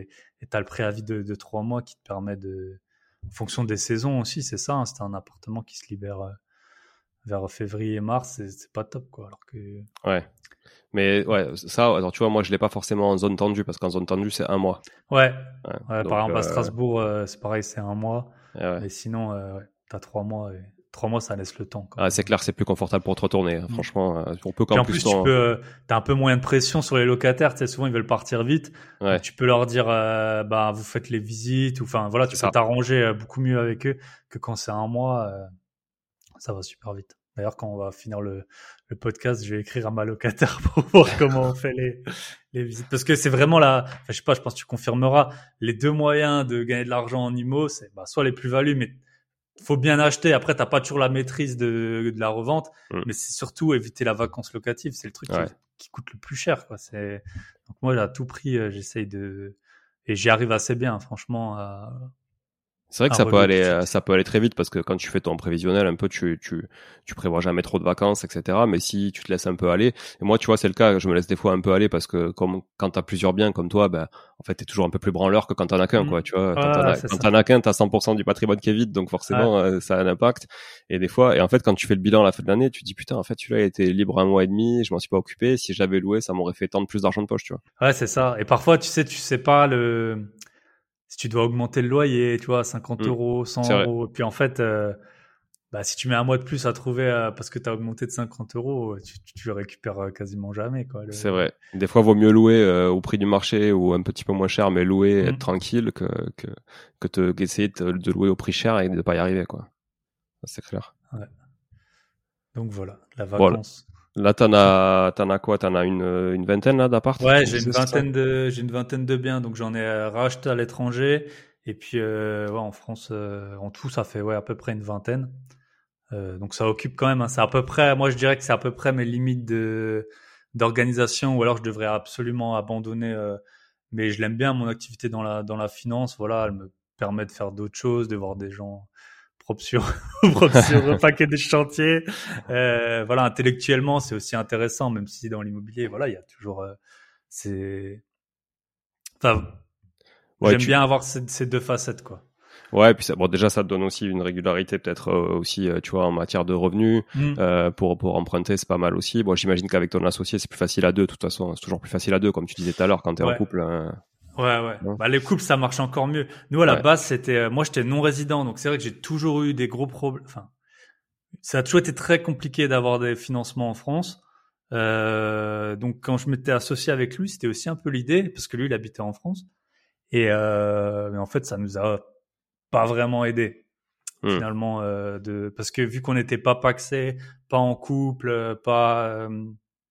et tu as le préavis de, de trois mois qui te permet de, en fonction des saisons aussi, c'est ça. Hein, c'est un appartement qui se libère euh, vers février et mars, c'est, c'est pas top, quoi. Alors que... Ouais. Mais ouais, ça, alors tu vois, moi je l'ai pas forcément en zone tendue parce qu'en zone tendue c'est un mois. Ouais. Ouais, Ouais, donc, par exemple, à euh, Strasbourg, euh, c'est pareil, c'est un mois. ouais. Mais sinon, euh, ouais, t'as trois mois. Et... Trois mois, ça laisse le temps. Quand Ah, même. c'est clair, c'est plus confortable pour te retourner. Hein. Mm. Franchement, euh, on peut Puis qu'en en plus. plus, tu non... peux, euh, t'as un peu moins de pression sur les locataires. Tu sais, souvent ils veulent partir vite. Ouais. Donc tu peux leur dire, euh, bah vous faites les visites, ou enfin voilà, C'est tu ça. peux t'arranger euh, beaucoup mieux avec eux que quand c'est un mois. Euh, ça va super vite. D'ailleurs, quand on va finir le, le podcast, je vais écrire à ma locataire pour voir comment on fait les, les visites. Parce que c'est vraiment la, enfin, je sais pas, je pense que tu confirmeras, les deux moyens de gagner de l'argent en immo, c'est bah, soit les plus-values, mais faut bien acheter. Après, t'as pas toujours la maîtrise de, de la revente, mm. mais c'est surtout éviter la vacance locative. C'est le truc ouais. qui, qui coûte le plus cher, quoi. C'est, donc moi, à tout prix, j'essaye de, et j'y arrive assez bien, franchement, à, C'est vrai que ça peut aller, ça peut aller très vite parce que quand tu fais ton prévisionnel, un peu, tu, tu, tu prévois jamais trop de vacances, et cetera. Mais si tu te laisses un peu aller, et moi, tu vois, c'est le cas, je me laisse des fois un peu aller parce que comme, quand t'as plusieurs biens comme toi, ben, en fait, t'es toujours un peu plus branleur que quand t'en as qu'un, mmh. quoi, tu vois. Quand ah, t'en as, quand t'en as qu'un, t'as cent pour cent du patrimoine qui est vide, donc forcément, ouais. euh, ça a un impact. Et des fois, et en fait, quand tu fais le bilan à la fin de l'année, tu te dis, putain, en fait, celui-là, il était libre un mois et demi, je m'en suis pas occupé. Si j'avais loué, ça m'aurait fait tant de plus d'argent de poche, tu vois. Ouais, c'est ça. Et parfois, tu sais, tu sais pas le, si tu dois augmenter le loyer, tu vois, cinquante euros, cent euros. Puis en fait, euh, bah, si tu mets un mois de plus à trouver euh, parce que tu as augmenté de cinquante euros, tu, tu le récupères quasiment jamais, quoi. Le... C'est vrai. Des fois, vaut mieux louer euh, au prix du marché ou un petit peu moins cher, mais louer, mmh. être tranquille que, que, que te, qu'essayer de, de louer au prix cher et de pas y arriver, quoi. C'est clair. Ouais. Donc voilà, la vacance. Bon, là, t'en as, t'en as quoi? T'en as une, une vingtaine, là, d'appart? Ouais, j'ai une vingtaine de, j'ai une vingtaine de biens, donc j'en ai racheté à l'étranger. Et puis, euh, ouais, en France, euh, en tout, ça fait, ouais, à peu près une vingtaine. Euh, donc ça occupe quand même, hein, c'est à peu près, moi je dirais que c'est à peu près mes limites de, d'organisation, ou alors je devrais absolument abandonner, euh, mais je l'aime bien mon activité dans la, dans la finance, voilà, elle me permet de faire d'autres choses, de voir des gens propres sur, propres sur un paquet de chantiers, euh, voilà, intellectuellement c'est aussi intéressant, même si dans l'immobilier, voilà, il y a toujours, euh, c'est, enfin, ouais, j'aime tu... bien avoir ces, ces deux facettes, quoi. Ouais, puis ça, bon, déjà, ça te donne aussi une régularité, peut-être euh, aussi, euh, tu vois, en matière de revenus. Mm. Euh, pour pour emprunter, c'est pas mal aussi. Bon, j'imagine qu'avec ton associé, c'est plus facile à deux. De toute façon, c'est toujours plus facile à deux, comme tu disais tout à l'heure, quand t'es ouais. en couple. Hein. Ouais, ouais. Non bah, les couples, ça marche encore mieux. Nous, à la ouais. base, c'était, euh, moi, j'étais non résident, donc c'est vrai que j'ai toujours eu des gros problèmes. Enfin, ça a toujours été très compliqué d'avoir des financements en France. Euh, donc, quand je m'étais associé avec lui, c'était aussi un peu l'idée, parce que lui, il habitait en France. Et euh, mais en fait, ça nous a pas vraiment aidé mmh. finalement euh, de parce que vu qu'on n'était pas pacsé, pas en couple, pas euh,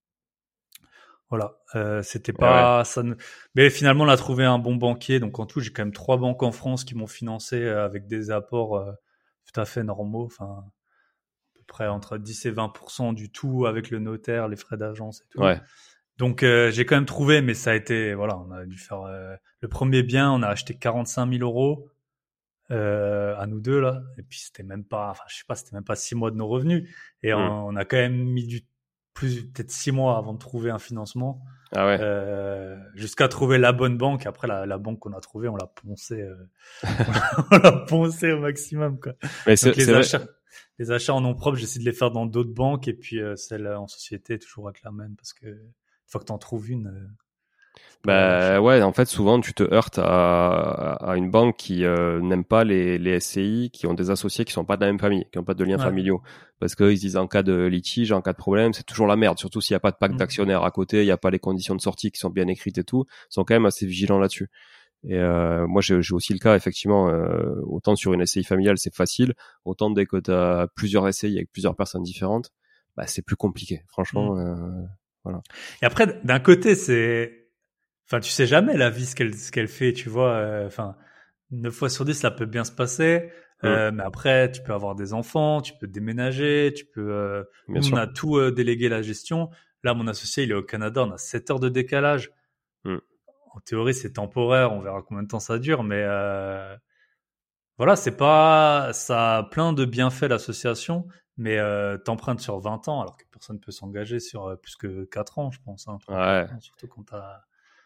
voilà, euh, c'était pas ouais. ça. Ne... Mais finalement, on a trouvé un bon banquier. Donc en tout, j'ai quand même trois banques en France qui m'ont financé euh, avec des apports euh, tout à fait normaux. Enfin, à peu près entre dix et vingt pour cent du tout avec le notaire, les frais d'agence et tout. Ouais. Donc euh, j'ai quand même trouvé, mais ça a été voilà, on a dû faire euh, le premier bien, on a acheté quarante-cinq mille euros. Euh, à nous deux là, et puis c'était même pas, enfin je sais pas, c'était même pas six mois de nos revenus, et mmh. on, on a quand même mis du plus peut-être six mois avant de trouver un financement, ah ouais. euh, jusqu'à trouver la bonne banque. Après la, la banque qu'on a trouvée, on l'a poncé, euh, on l'a poncé au maximum quoi. Mais c'est, Donc les c'est achats, vrai. les achats en nom propre, j'essaie de les faire dans d'autres banques, et puis euh, celle en société toujours avec la même, parce que une fois que t'en trouves une. Euh, Bah ouais, en fait, souvent tu te heurtes à, à une banque qui euh, n'aime pas les, les S C I, qui ont des associés qui sont pas de la même famille, qui ont pas de liens ouais. familiaux, parce qu'ils se disent en cas de litige, en cas de problème, c'est toujours la merde. Surtout s'il y a pas de pacte mmh. d'actionnaires à côté, il y a pas les conditions de sortie qui sont bien écrites et tout, ils sont quand même assez vigilants là-dessus. Et euh, moi, j'ai, j'ai aussi le cas, effectivement, euh, autant sur une S C I familiale, c'est facile, autant dès que t'as plusieurs S C I avec plusieurs personnes différentes, bah c'est plus compliqué. Franchement, mmh. euh, voilà. Et après, d'un côté, c'est Enfin, tu sais jamais la vie ce qu'elle ce qu'elle fait, tu vois. Euh, enfin, neuf fois sur dix, ça peut bien se passer. Mmh. Euh, mais après, tu peux avoir des enfants, tu peux déménager, tu peux. Euh, nous, on a tout euh, délégué la gestion. Là, mon associé, il est au Canada, on a sept heures de décalage. Mmh. En théorie, c'est temporaire. On verra combien de temps ça dure, mais euh, voilà, c'est pas. Ça a plein de bienfaits l'association, mais euh, t'empruntes sur vingt ans, alors que personne peut s'engager sur euh, plus que quatre ans, je pense. Hein, ouais. Ans, surtout quand t'as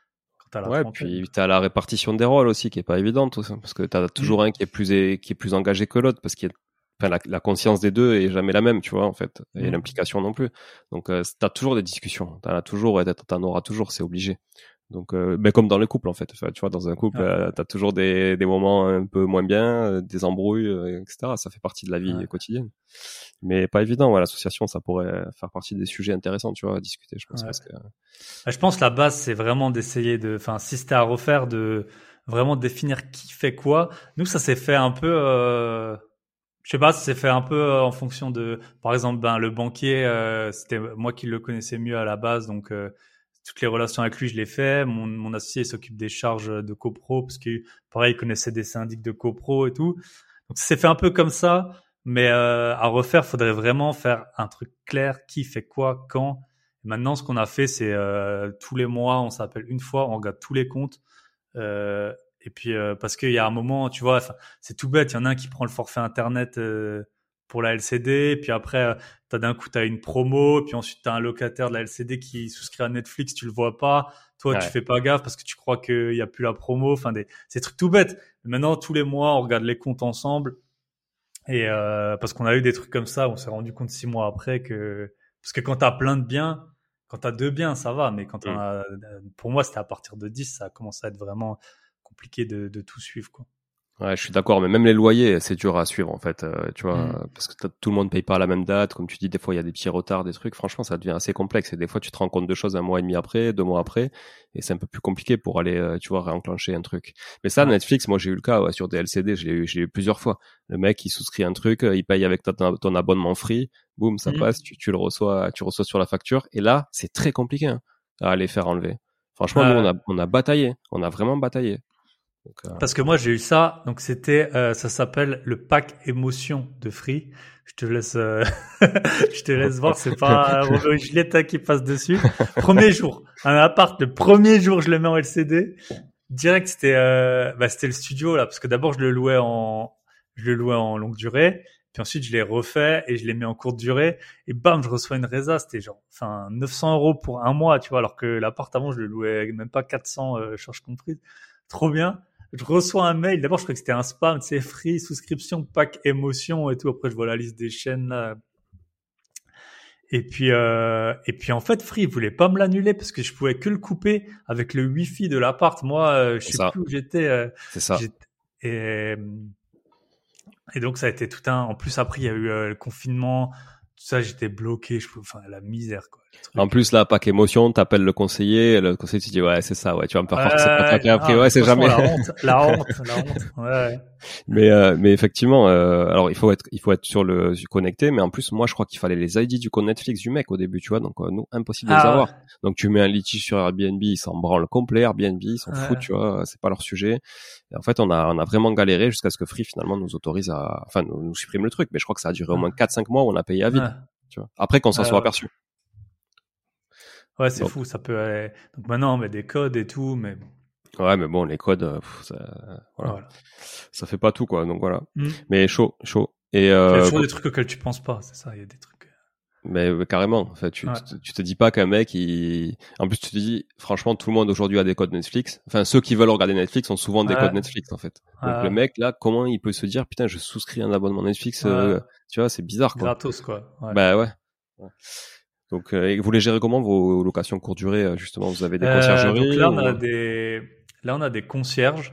quand t'as la Ouais, trentaine. puis t'as la répartition des rôles aussi qui est pas évidente, tout ça, parce que t'as toujours Mmh. un qui est plus é- qui est plus engagé que l'autre, parce qu'il y a, enfin, la, la conscience des deux est jamais la même, tu vois, en fait, et Mmh. l'implication non plus. Donc, euh, t'as toujours des discussions, t'en as toujours, et t'en auras toujours, c'est obligé. Donc, euh, ben comme dans le couple en fait, enfin, tu vois, dans un couple, Ouais. euh, t'as toujours des, des moments un peu moins bien, euh, des embrouilles, euh, et cetera. Ça fait partie de la vie Ouais. quotidienne. Mais pas évident, ouais, l'association, ça pourrait faire partie des sujets intéressants, tu vois, à discuter, je pense, Ouais. parce que... Bah, je pense que la base, c'est vraiment d'essayer de, enfin, si c'était à refaire, de vraiment définir qui fait quoi. Nous, ça s'est fait un peu, euh, je sais pas, ça s'est fait un peu euh, en fonction de, par exemple, ben, le banquier, euh, c'était moi qui le connaissais mieux à la base, donc euh, toutes les relations avec lui, je l'ai fait. Mon, mon associé il s'occupe des charges de copro, parce que pareil, il connaissait des syndics de copro et tout. Donc ça s'est fait un peu comme ça, mais euh, à refaire, faudrait vraiment faire un truc clair, qui fait quoi, quand. Maintenant, ce qu'on a fait, c'est euh, tous les mois, on s'appelle une fois, on regarde tous les comptes. Euh, et puis, euh, parce qu'il y a un moment, tu vois, c'est tout bête, il y en a un qui prend le forfait Internet euh, pour la L C D, puis après, euh, t'as d'un coup, tu as une promo, puis ensuite, tu as un locataire de la L C D qui souscrit à Netflix, tu le vois pas. Toi, tu Ouais. fais pas gaffe parce que tu crois qu'il y a plus la promo. Enfin, des, c'est des trucs tout bêtes. Maintenant, tous les mois, on regarde les comptes ensemble. Et euh, parce qu'on a eu des trucs comme ça, on s'est rendu compte six mois après que... Parce que quand tu as plein de biens, quand tu as deux biens, ça va. Mais quand t'en Mm. as... Pour moi, c'était à partir de dix, ça a commencé à être vraiment compliqué de, de tout suivre, quoi. Ouais, je suis d'accord, mais même les loyers, c'est dur à suivre en fait, euh, tu vois, Mm. parce que t'as- tout le monde paye pas à la même date, comme tu dis, des fois il y a des petits retards, des trucs. Franchement, ça devient assez complexe et des fois tu te rends compte de choses un mois et demi après, deux mois après, et c'est un peu plus compliqué pour aller, euh, tu vois, réenclencher un truc. Mais ça, Ouais. Netflix, moi j'ai eu le cas ouais, sur des L C D, je l'ai eu, je l'ai eu plusieurs fois. Le mec il souscrit un truc, euh, il paye avec ton, ton abonnement free, boum, ça Mm. passe, tu, tu le reçois, tu reçois sur la facture, et là c'est très compliqué hein, à aller faire enlever. Franchement, nous on Euh, a, on a bataillé, on a vraiment bataillé. Donc, euh, Parce que moi, j'ai eu ça. Donc, c'était, euh, ça s'appelle le pack émotion de Free. Je te laisse, euh, je te laisse voir. C'est pas Roméo et Juliette qui passe dessus. Premier jour, un appart. Le premier jour, je le mets en L C D. Direct, c'était, euh, bah, c'était le studio là, parce que d'abord, je le louais en, je le louais en longue durée. Puis ensuite, je l'ai refait et je l'ai mis en courte durée. Et bam, je reçois une résa. C'était genre, enfin, neuf cents euros pour un mois, tu vois, alors que l'appart avant, je le louais même pas quatre cents, euh, charges comprises. Trop bien. Je reçois un mail. D'abord, je crois que c'était un spam, c'est free, souscription, pack émotion et tout. Après, je vois la liste des chaînes là. Et puis, euh, et puis en fait, Free, il voulait pas me l'annuler parce que je pouvais que le couper avec le Wi-Fi de l'appart. Moi, euh, je c'est sais ça, plus où j'étais. Euh, c'est ça. j'étais et, et donc, ça a été tout un. En plus, après, il y a eu euh, le confinement. Tout ça, j'étais bloqué. Je, enfin, la misère, quoi. Le truc. En plus, là, pack émotion, t'appelles le conseiller, le conseiller, tu dis, ouais, c'est ça, ouais, tu vas me faire croire que c'est pas toi Ouais, qui as pris, non, ouais, mais c'est franchement, jamais. la honte, la honte, la honte. Ouais, ouais. mais, euh, mais effectivement, euh, alors, il faut être, il faut être sur le, connecté, mais en plus, moi, je crois qu'il fallait les I D du compte Netflix du mec au début, tu vois, donc, euh, nous, impossible de les Ah avoir. Donc, tu mets un litige sur Airbnb, ils s'en branlent complet, Airbnb, ils s'en ouais. foutent, Ouais. tu vois, c'est pas leur sujet. Et en fait, on a, on a vraiment galéré jusqu'à ce que Free, finalement, nous autorise à, enfin, nous, nous supprime le truc, mais je crois que ça a duré au moins quatre cinq mois où on a payé à vide, Ouais. tu vois. Après qu'on s'en soit Ouais. aperçu. Ouais, c'est Donc, fou, ça peut aller. Donc maintenant, on met des codes et tout, mais bon, ouais, mais bon, les codes, euh, pff, ça, voilà. voilà. Ça fait pas tout, quoi. Donc voilà. Mm. Mais chaud, chaud. Et Il y a euh, toujours des trucs auxquels tu penses pas, c'est ça, il y a des trucs. mais euh, carrément. En fait, tu, Ouais. tu, tu te dis pas qu'un mec, il... en plus, tu te dis, franchement, tout le monde aujourd'hui a des codes Netflix. Enfin, ceux qui veulent regarder Netflix ont souvent des Ouais. codes Netflix, en fait. Donc le Ouais. mec là, comment il peut se dire, putain, je souscris un abonnement Netflix, euh, Ouais. tu vois, c'est bizarre, quoi. Gratos, quoi. Ouais. Bah ouais. Ouais. Donc, euh, et vous les gérez comment vos locations courte durée, euh, justement? Vous avez des Euh, donc conciergeries là, on a ou... des, là, on a des concierges.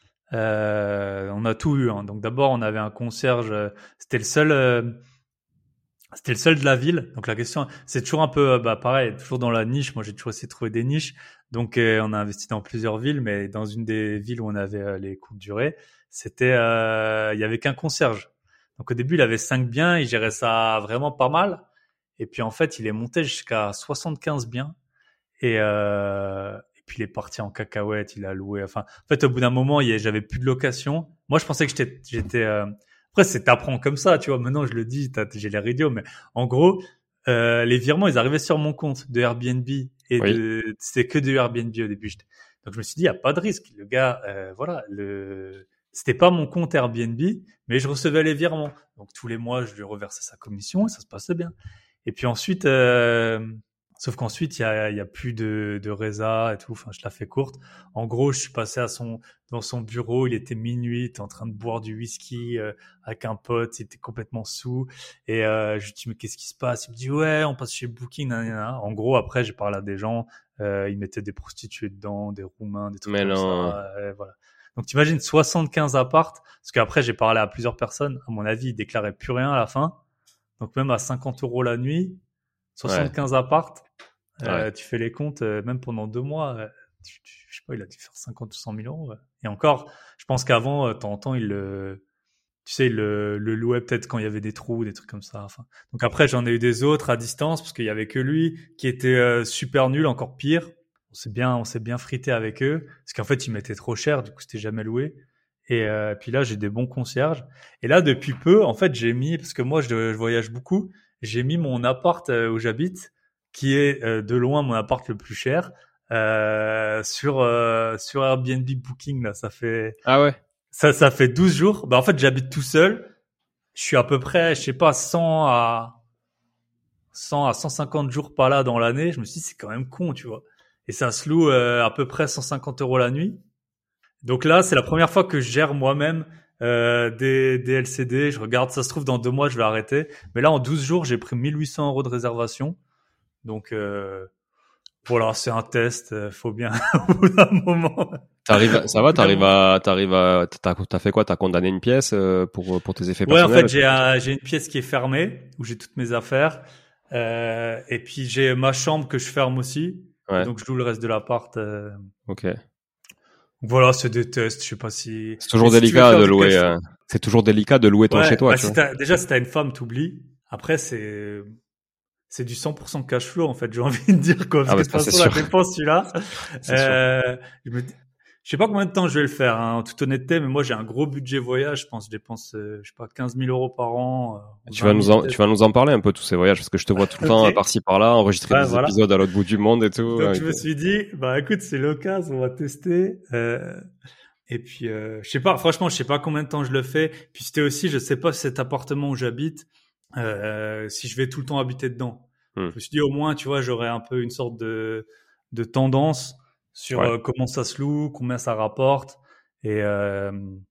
Euh, on a tout eu. Hein. Donc d'abord, on avait un concierge. euh, C'était le seul. euh, C'était le seul de la ville. Donc la question, c'est toujours un peu, euh, bah pareil, toujours dans la niche. Moi, j'ai toujours essayé de trouver des niches. Donc euh, on a investi dans plusieurs villes, mais dans une des villes où on avait euh, les courtes durées, c'était, euh, il y avait qu'un concierge. Donc au début, il avait cinq biens, il gérait ça vraiment pas mal. Et puis en fait, il est monté jusqu'à soixante-quinze biens. Et, euh, et puis il est parti en cacahuète, il a loué. Enfin, en fait, au bout d'un moment, il y a- j'avais plus de location. Moi, je pensais que j'étais, j'étais. euh, Après, c'est t'apprends comme ça, tu vois. Maintenant, je le dis, t'as- j'ai l'air idiot, mais en gros, euh, les virements, ils arrivaient sur mon compte de Airbnb et Oui. de, c'était que de Airbnb au début. J'étais- Donc je me suis dit, il y a pas de risque. Le gars, euh, voilà, le, c'était pas mon compte Airbnb, mais je recevais les virements. Donc tous les mois, je lui reversais sa commission et ça se passait bien. Et puis ensuite. Euh, Sauf qu'ensuite, il y a, il y a plus de, de résa et tout. Enfin, je la fais courte. En gros, je suis passé à son, dans son bureau. Il était minuit. Il était en train de boire du whisky euh, avec un pote. Il était complètement saoul. Et euh, je lui dis, mais qu'est-ce qui se passe? Il me dit, ouais, on passe chez Booking. Nanana. En gros, après, j'ai parlé à des gens. Euh, ils mettaient des prostituées dedans, des Roumains, des trucs Mais comme non. ça. Euh, voilà. Donc, t'imagines soixante-quinze appartes. Parce qu'après, j'ai parlé à plusieurs personnes. À mon avis, ils déclaraient plus rien à la fin. Donc, même à cinquante euros la nuit, soixante-quinze ouais. appartes. Euh, ouais. Tu fais les comptes, euh, même pendant deux mois, euh, tu, tu, je sais pas, il a dû faire cinquante ou cent mille euros. Ouais. Et encore, je pense qu'avant, euh, de temps en temps, il le, tu sais, il le, le louait peut-être quand il y avait des trous, des trucs comme ça. Enfin, donc après, j'en ai eu des autres à distance parce qu'il y avait que lui qui était euh, super nul, encore pire. On s'est bien, on s'est bien frité avec eux parce qu'en fait, ils m'étaient trop cher, du coup, c'était jamais loué. Et euh, puis là, j'ai des bons concierges. Et là, depuis peu, en fait, j'ai mis, parce que moi, je, je voyage beaucoup, j'ai mis mon appart euh, où j'habite, qui est euh, de loin mon appart le plus cher, euh, sur euh, sur Airbnb Booking. Là, ça fait ah ouais, ça ça fait douze jours. Bah en fait, j'habite tout seul. Je suis à peu près, je sais pas, cent à cent à cent cinquante jours pas là dans l'année. Je me suis dit, c'est quand même con, tu vois. Et ça se loue euh, à peu près cent cinquante euros la nuit. Donc là, c'est la première fois que je gère moi-même euh, des, des L C D. Je regarde, ça se trouve dans deux mois, je vais arrêter. Mais là, en douze jours, j'ai pris mille huit cents euros de réservation. Donc euh, voilà, c'est un test. Euh, faut bien au bout d'un moment. T'arrives, ça va, t'arrives à, t'arrives à, t'as, t'as fait quoi? T'as condamné une pièce euh, pour pour tes effets ouais, personnels? Ouais, en fait, j'ai un, j'ai une pièce qui est fermée où j'ai toutes mes affaires. Euh, et puis j'ai ma chambre que je ferme aussi. Ouais. Donc je loue le reste de l'appart. Euh... Ok. Voilà, c'est des tests. Je sais pas si. C'est toujours si délicat de louer. Euh... C'est toujours délicat de louer ton ouais, chez toi. Bah, tu si vois. déjà, si t'as une femme, t'oublies. Après, c'est c'est du cent pour cent cash flow en fait. J'ai envie de dire quoi, parce ah, que de toute façon, la dépense, tu l'as. Euh, je me... je sais pas combien de temps je vais le faire, hein, en toute honnêteté, mais moi j'ai un gros budget voyage. Je pense, je dépense, euh, je sais pas, quinze mille euros par an. Euh, tu vas nous en, tu vas nous en parler un peu tous ces voyages, parce que je te vois tout le okay. temps par-ci par-là, enregistrer ouais, des voilà. épisodes à l'autre bout du monde et tout. Donc je me suis dit, bah écoute, c'est l'occasion, on va tester. Euh... Et puis, euh, je sais pas, franchement, je sais pas combien de temps je le fais. Puis c'était aussi, je sais pas si cet appartement où j'habite, euh, si je vais tout le temps habiter dedans. Hmm. Je me suis dit, au moins, tu vois, j'aurais un peu une sorte de, de tendance sur ouais. euh, comment ça se loue, combien ça rapporte. Et, euh,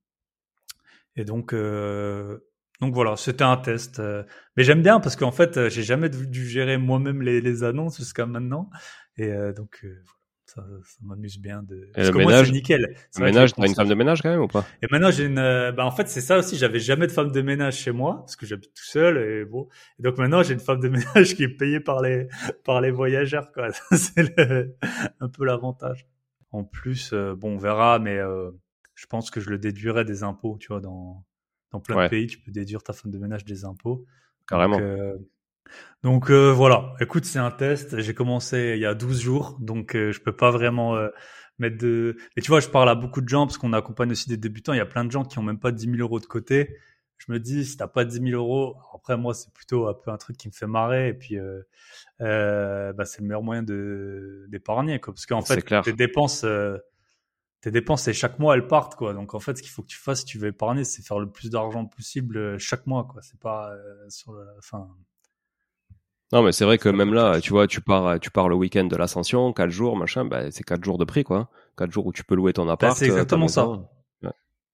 et donc, euh, donc voilà, c'était un test. Mais j'aime bien parce qu'en fait, j'ai jamais dû gérer moi-même les, les annonces jusqu'à maintenant. Et euh, donc, euh, Ça, ça m'amuse bien de. Parce que ménage, moi, c'est nickel. C'est le ménage, t'as une femme de ménage quand même ou pas? Et maintenant, j'ai une. Bah en fait, c'est ça aussi. J'avais jamais de femme de ménage chez moi parce que j'habite tout seul et bon. Et donc maintenant, j'ai une femme de ménage qui est payée par les par les voyageurs, quoi. C'est le... un peu l'avantage. En plus, euh, bon, on verra, mais euh, je pense que je le déduirai des impôts. Tu vois, dans dans plein ouais. de pays, tu peux déduire ta femme de ménage des impôts. Carrément. Donc, euh, Donc euh, voilà, écoute, c'est un test. J'ai commencé il y a douze jours, donc euh, je peux pas vraiment euh, mettre de... Et tu vois, je parle à beaucoup de gens parce qu'on accompagne aussi des débutants. Il y a plein de gens qui ont même pas dix mille euros de côté. Je me dis, si t'as pas dix mille euros, après moi, c'est plutôt un peu un truc qui me fait marrer. Et puis, euh, euh, bah, c'est le meilleur moyen de d'épargner, quoi. Parce qu'en fait, tes dépenses, euh, tes dépenses, et chaque mois, elles partent, quoi. Donc en fait, ce qu'il faut que tu fasses si tu veux épargner, c'est faire le plus d'argent possible chaque mois, quoi. C'est pas euh, sur la fin. Non, mais c'est vrai que même là, tu vois, tu pars, tu pars le week-end de l'Ascension, quatre jours, machin, bah, c'est quatre jours de prix, quoi. Quatre jours où tu peux louer ton appart. Bah, c'est exactement ça. Ouais.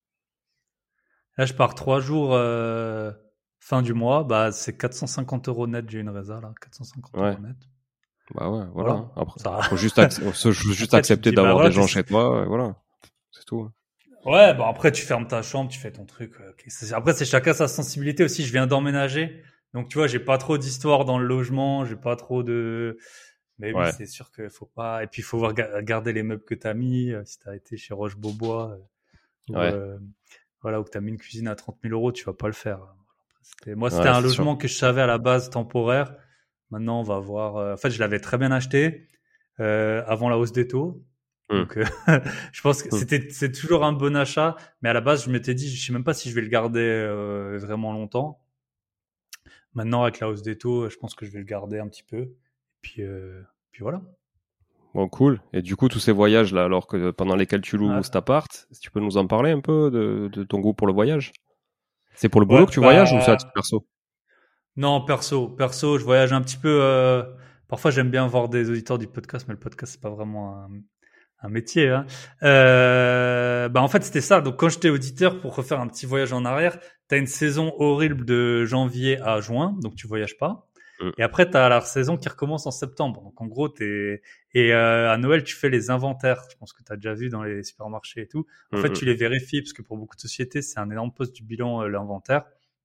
Là, je pars trois jours, euh, fin du mois, bah, c'est quatre cent cinquante euros net, j'ai une résa, là, quatre cent cinquante ouais. euros net. Bah ouais, voilà. voilà. Après, ça... faut juste, ac- faut juste accepter dis, d'avoir bah, voilà, des gens chez toi, voilà. C'est tout. Ouais, bon, après, tu fermes ta chambre, tu fais ton truc. Okay. Après, c'est chacun sa sensibilité aussi. Je viens d'emménager. Donc, tu vois, j'ai pas trop d'histoire dans le logement, j'ai pas trop de... Mais ouais. oui, c'est sûr qu'il faut pas... Et puis, il faut regarder les meubles que t'as mis, si t'as été chez Roche-Beaubois, ou, ouais. euh, voilà, où t'as mis une cuisine à trente mille euros, tu vas pas le faire. C'était... Moi, c'était ouais, un logement sûr. que je savais à la base temporaire. Maintenant, on va voir... En fait, je l'avais très bien acheté euh, avant la hausse des taux. Mmh. Donc, euh, je pense que mmh. c'était, c'est toujours un bon achat. Mais à la base, je m'étais dit, je sais même pas si je vais le garder euh, vraiment longtemps. Maintenant, avec la hausse des taux, je pense que je vais le garder un petit peu. Et puis, euh, puis voilà. Bon, cool. Et du coup, tous ces voyages-là, alors que pendant lesquels tu loues ouais. cet appart, tu peux nous en parler un peu de, de ton goût pour le voyage? C'est pour le boulot ouais, que tu bah, voyages ou c'est à titre perso? Non, perso. Perso, je voyage un petit peu euh, parfois j'aime bien voir des auditeurs du podcast, mais le podcast c'est pas vraiment un, un métier. Hein. Euh, bah en fait c'était ça. Donc quand j'étais auditeur, pour refaire un petit voyage en arrière, t'as une saison horrible de janvier à juin, donc tu voyages pas. Mm. Et après t'as la saison qui recommence en septembre. Donc en gros t'es et euh, à Noël tu fais les inventaires. Je pense que t'as déjà vu dans les supermarchés et tout. En Mm, fait mm. tu les vérifies parce que pour beaucoup de sociétés c'est un énorme poste du bilan euh, l'inventaire.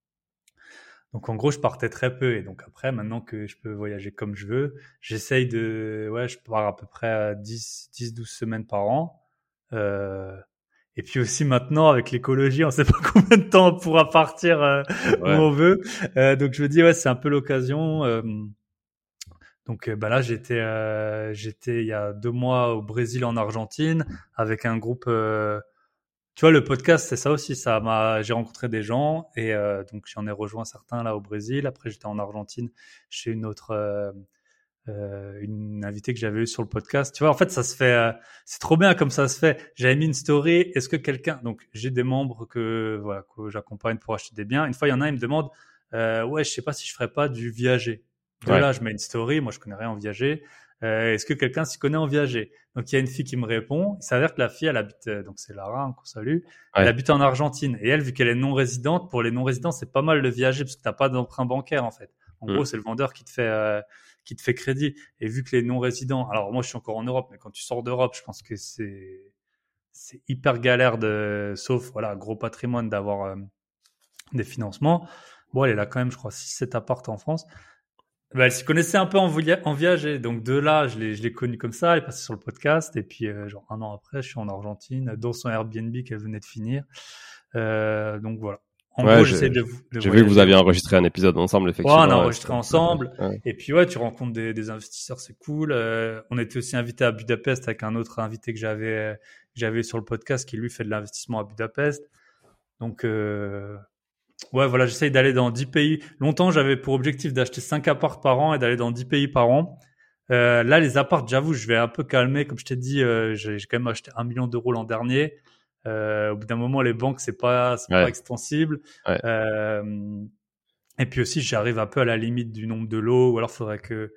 Donc en gros, je partais très peu et donc après, maintenant que je peux voyager comme je veux, j'essaye de, ouais, je pars à peu près à dix, dix, douze semaines par an. Euh, et puis aussi maintenant avec l'écologie, on sait pas combien de temps on pourra partir euh, où Ouais. on veut. Euh, donc je me dis ouais, c'est un peu l'occasion. Euh, donc euh, bah là, j'étais, euh, j'étais il y a deux mois au Brésil, en Argentine, avec un groupe. Euh, tu vois, le podcast, c'est ça aussi. Ça m'a, j'ai rencontré des gens et euh, donc j'en ai rejoint certains là au Brésil. Après, j'étais en Argentine chez une autre, euh, euh, une invitée que j'avais eue sur le podcast. Tu vois, en fait, ça se fait. Euh, c'est trop bien comme ça se fait. J'avais mis une story. Est-ce que quelqu'un, donc j'ai des membres que voilà que j'accompagne pour acheter des biens. Une fois, il y en a, il me demande, euh, ouais, je sais pas si je ferais pas du viager. De Ouais. là, je mets une story. Moi, je connais rien en viager. Euh, est-ce que quelqu'un s'y connaît en viager? Donc, il y a une fille qui me répond. Il s'avère que la fille, elle habite, euh, donc c'est Lara, hein, qu'on salue. Elle Ouais. habite en Argentine. Et elle, vu qu'elle est non résidente, pour les non résidents, c'est pas mal le viager parce que t'as pas d'emprunt bancaire, en fait. En Mm. gros, c'est le vendeur qui te fait, euh, qui te fait crédit. Et vu que les non résidents, alors moi, je suis encore en Europe, mais quand tu sors d'Europe, je pense que c'est, c'est hyper galère de, sauf, voilà, gros patrimoine d'avoir euh, des financements. Bon, elle est là quand même, je crois, six sept apparts en France. Bah, elle s'y connaissait un peu en, voya- en viager. Donc de là, je l'ai, je l'ai connue comme ça. Elle est passée sur le podcast. Et puis, euh, genre un an après, je suis en Argentine, dans son Airbnb qu'elle venait de finir. Euh, donc voilà. En Ouais, gros, j'ai, j'essaie de, de j'ai vu que vous voyager. aviez enregistré un épisode ensemble, Ouais, effectivement. on a Ouais, enregistré c'était- ensemble. ouais. Et puis, ouais, tu rencontres des, des investisseurs, c'est cool. Euh, on était aussi invité à Budapest avec un autre invité que j'avais, que j'avais sur le podcast qui, lui, fait de l'investissement à Budapest. Donc, euh, ouais, voilà, j'essaye d'aller dans dix pays. Longtemps, j'avais pour objectif d'acheter cinq apparts par an et d'aller dans dix pays par an. Euh, là, les apparts, j'avoue, je vais un peu calmer. Comme je t'ai dit, euh, j'ai, j'ai quand même acheté un million d'euros l'an dernier. Euh, au bout d'un moment, les banques, c'est pas, c'est Ouais. pas extensible. Ouais. Euh, et puis aussi, j'arrive un peu à la limite du nombre de lots, ou alors faudrait que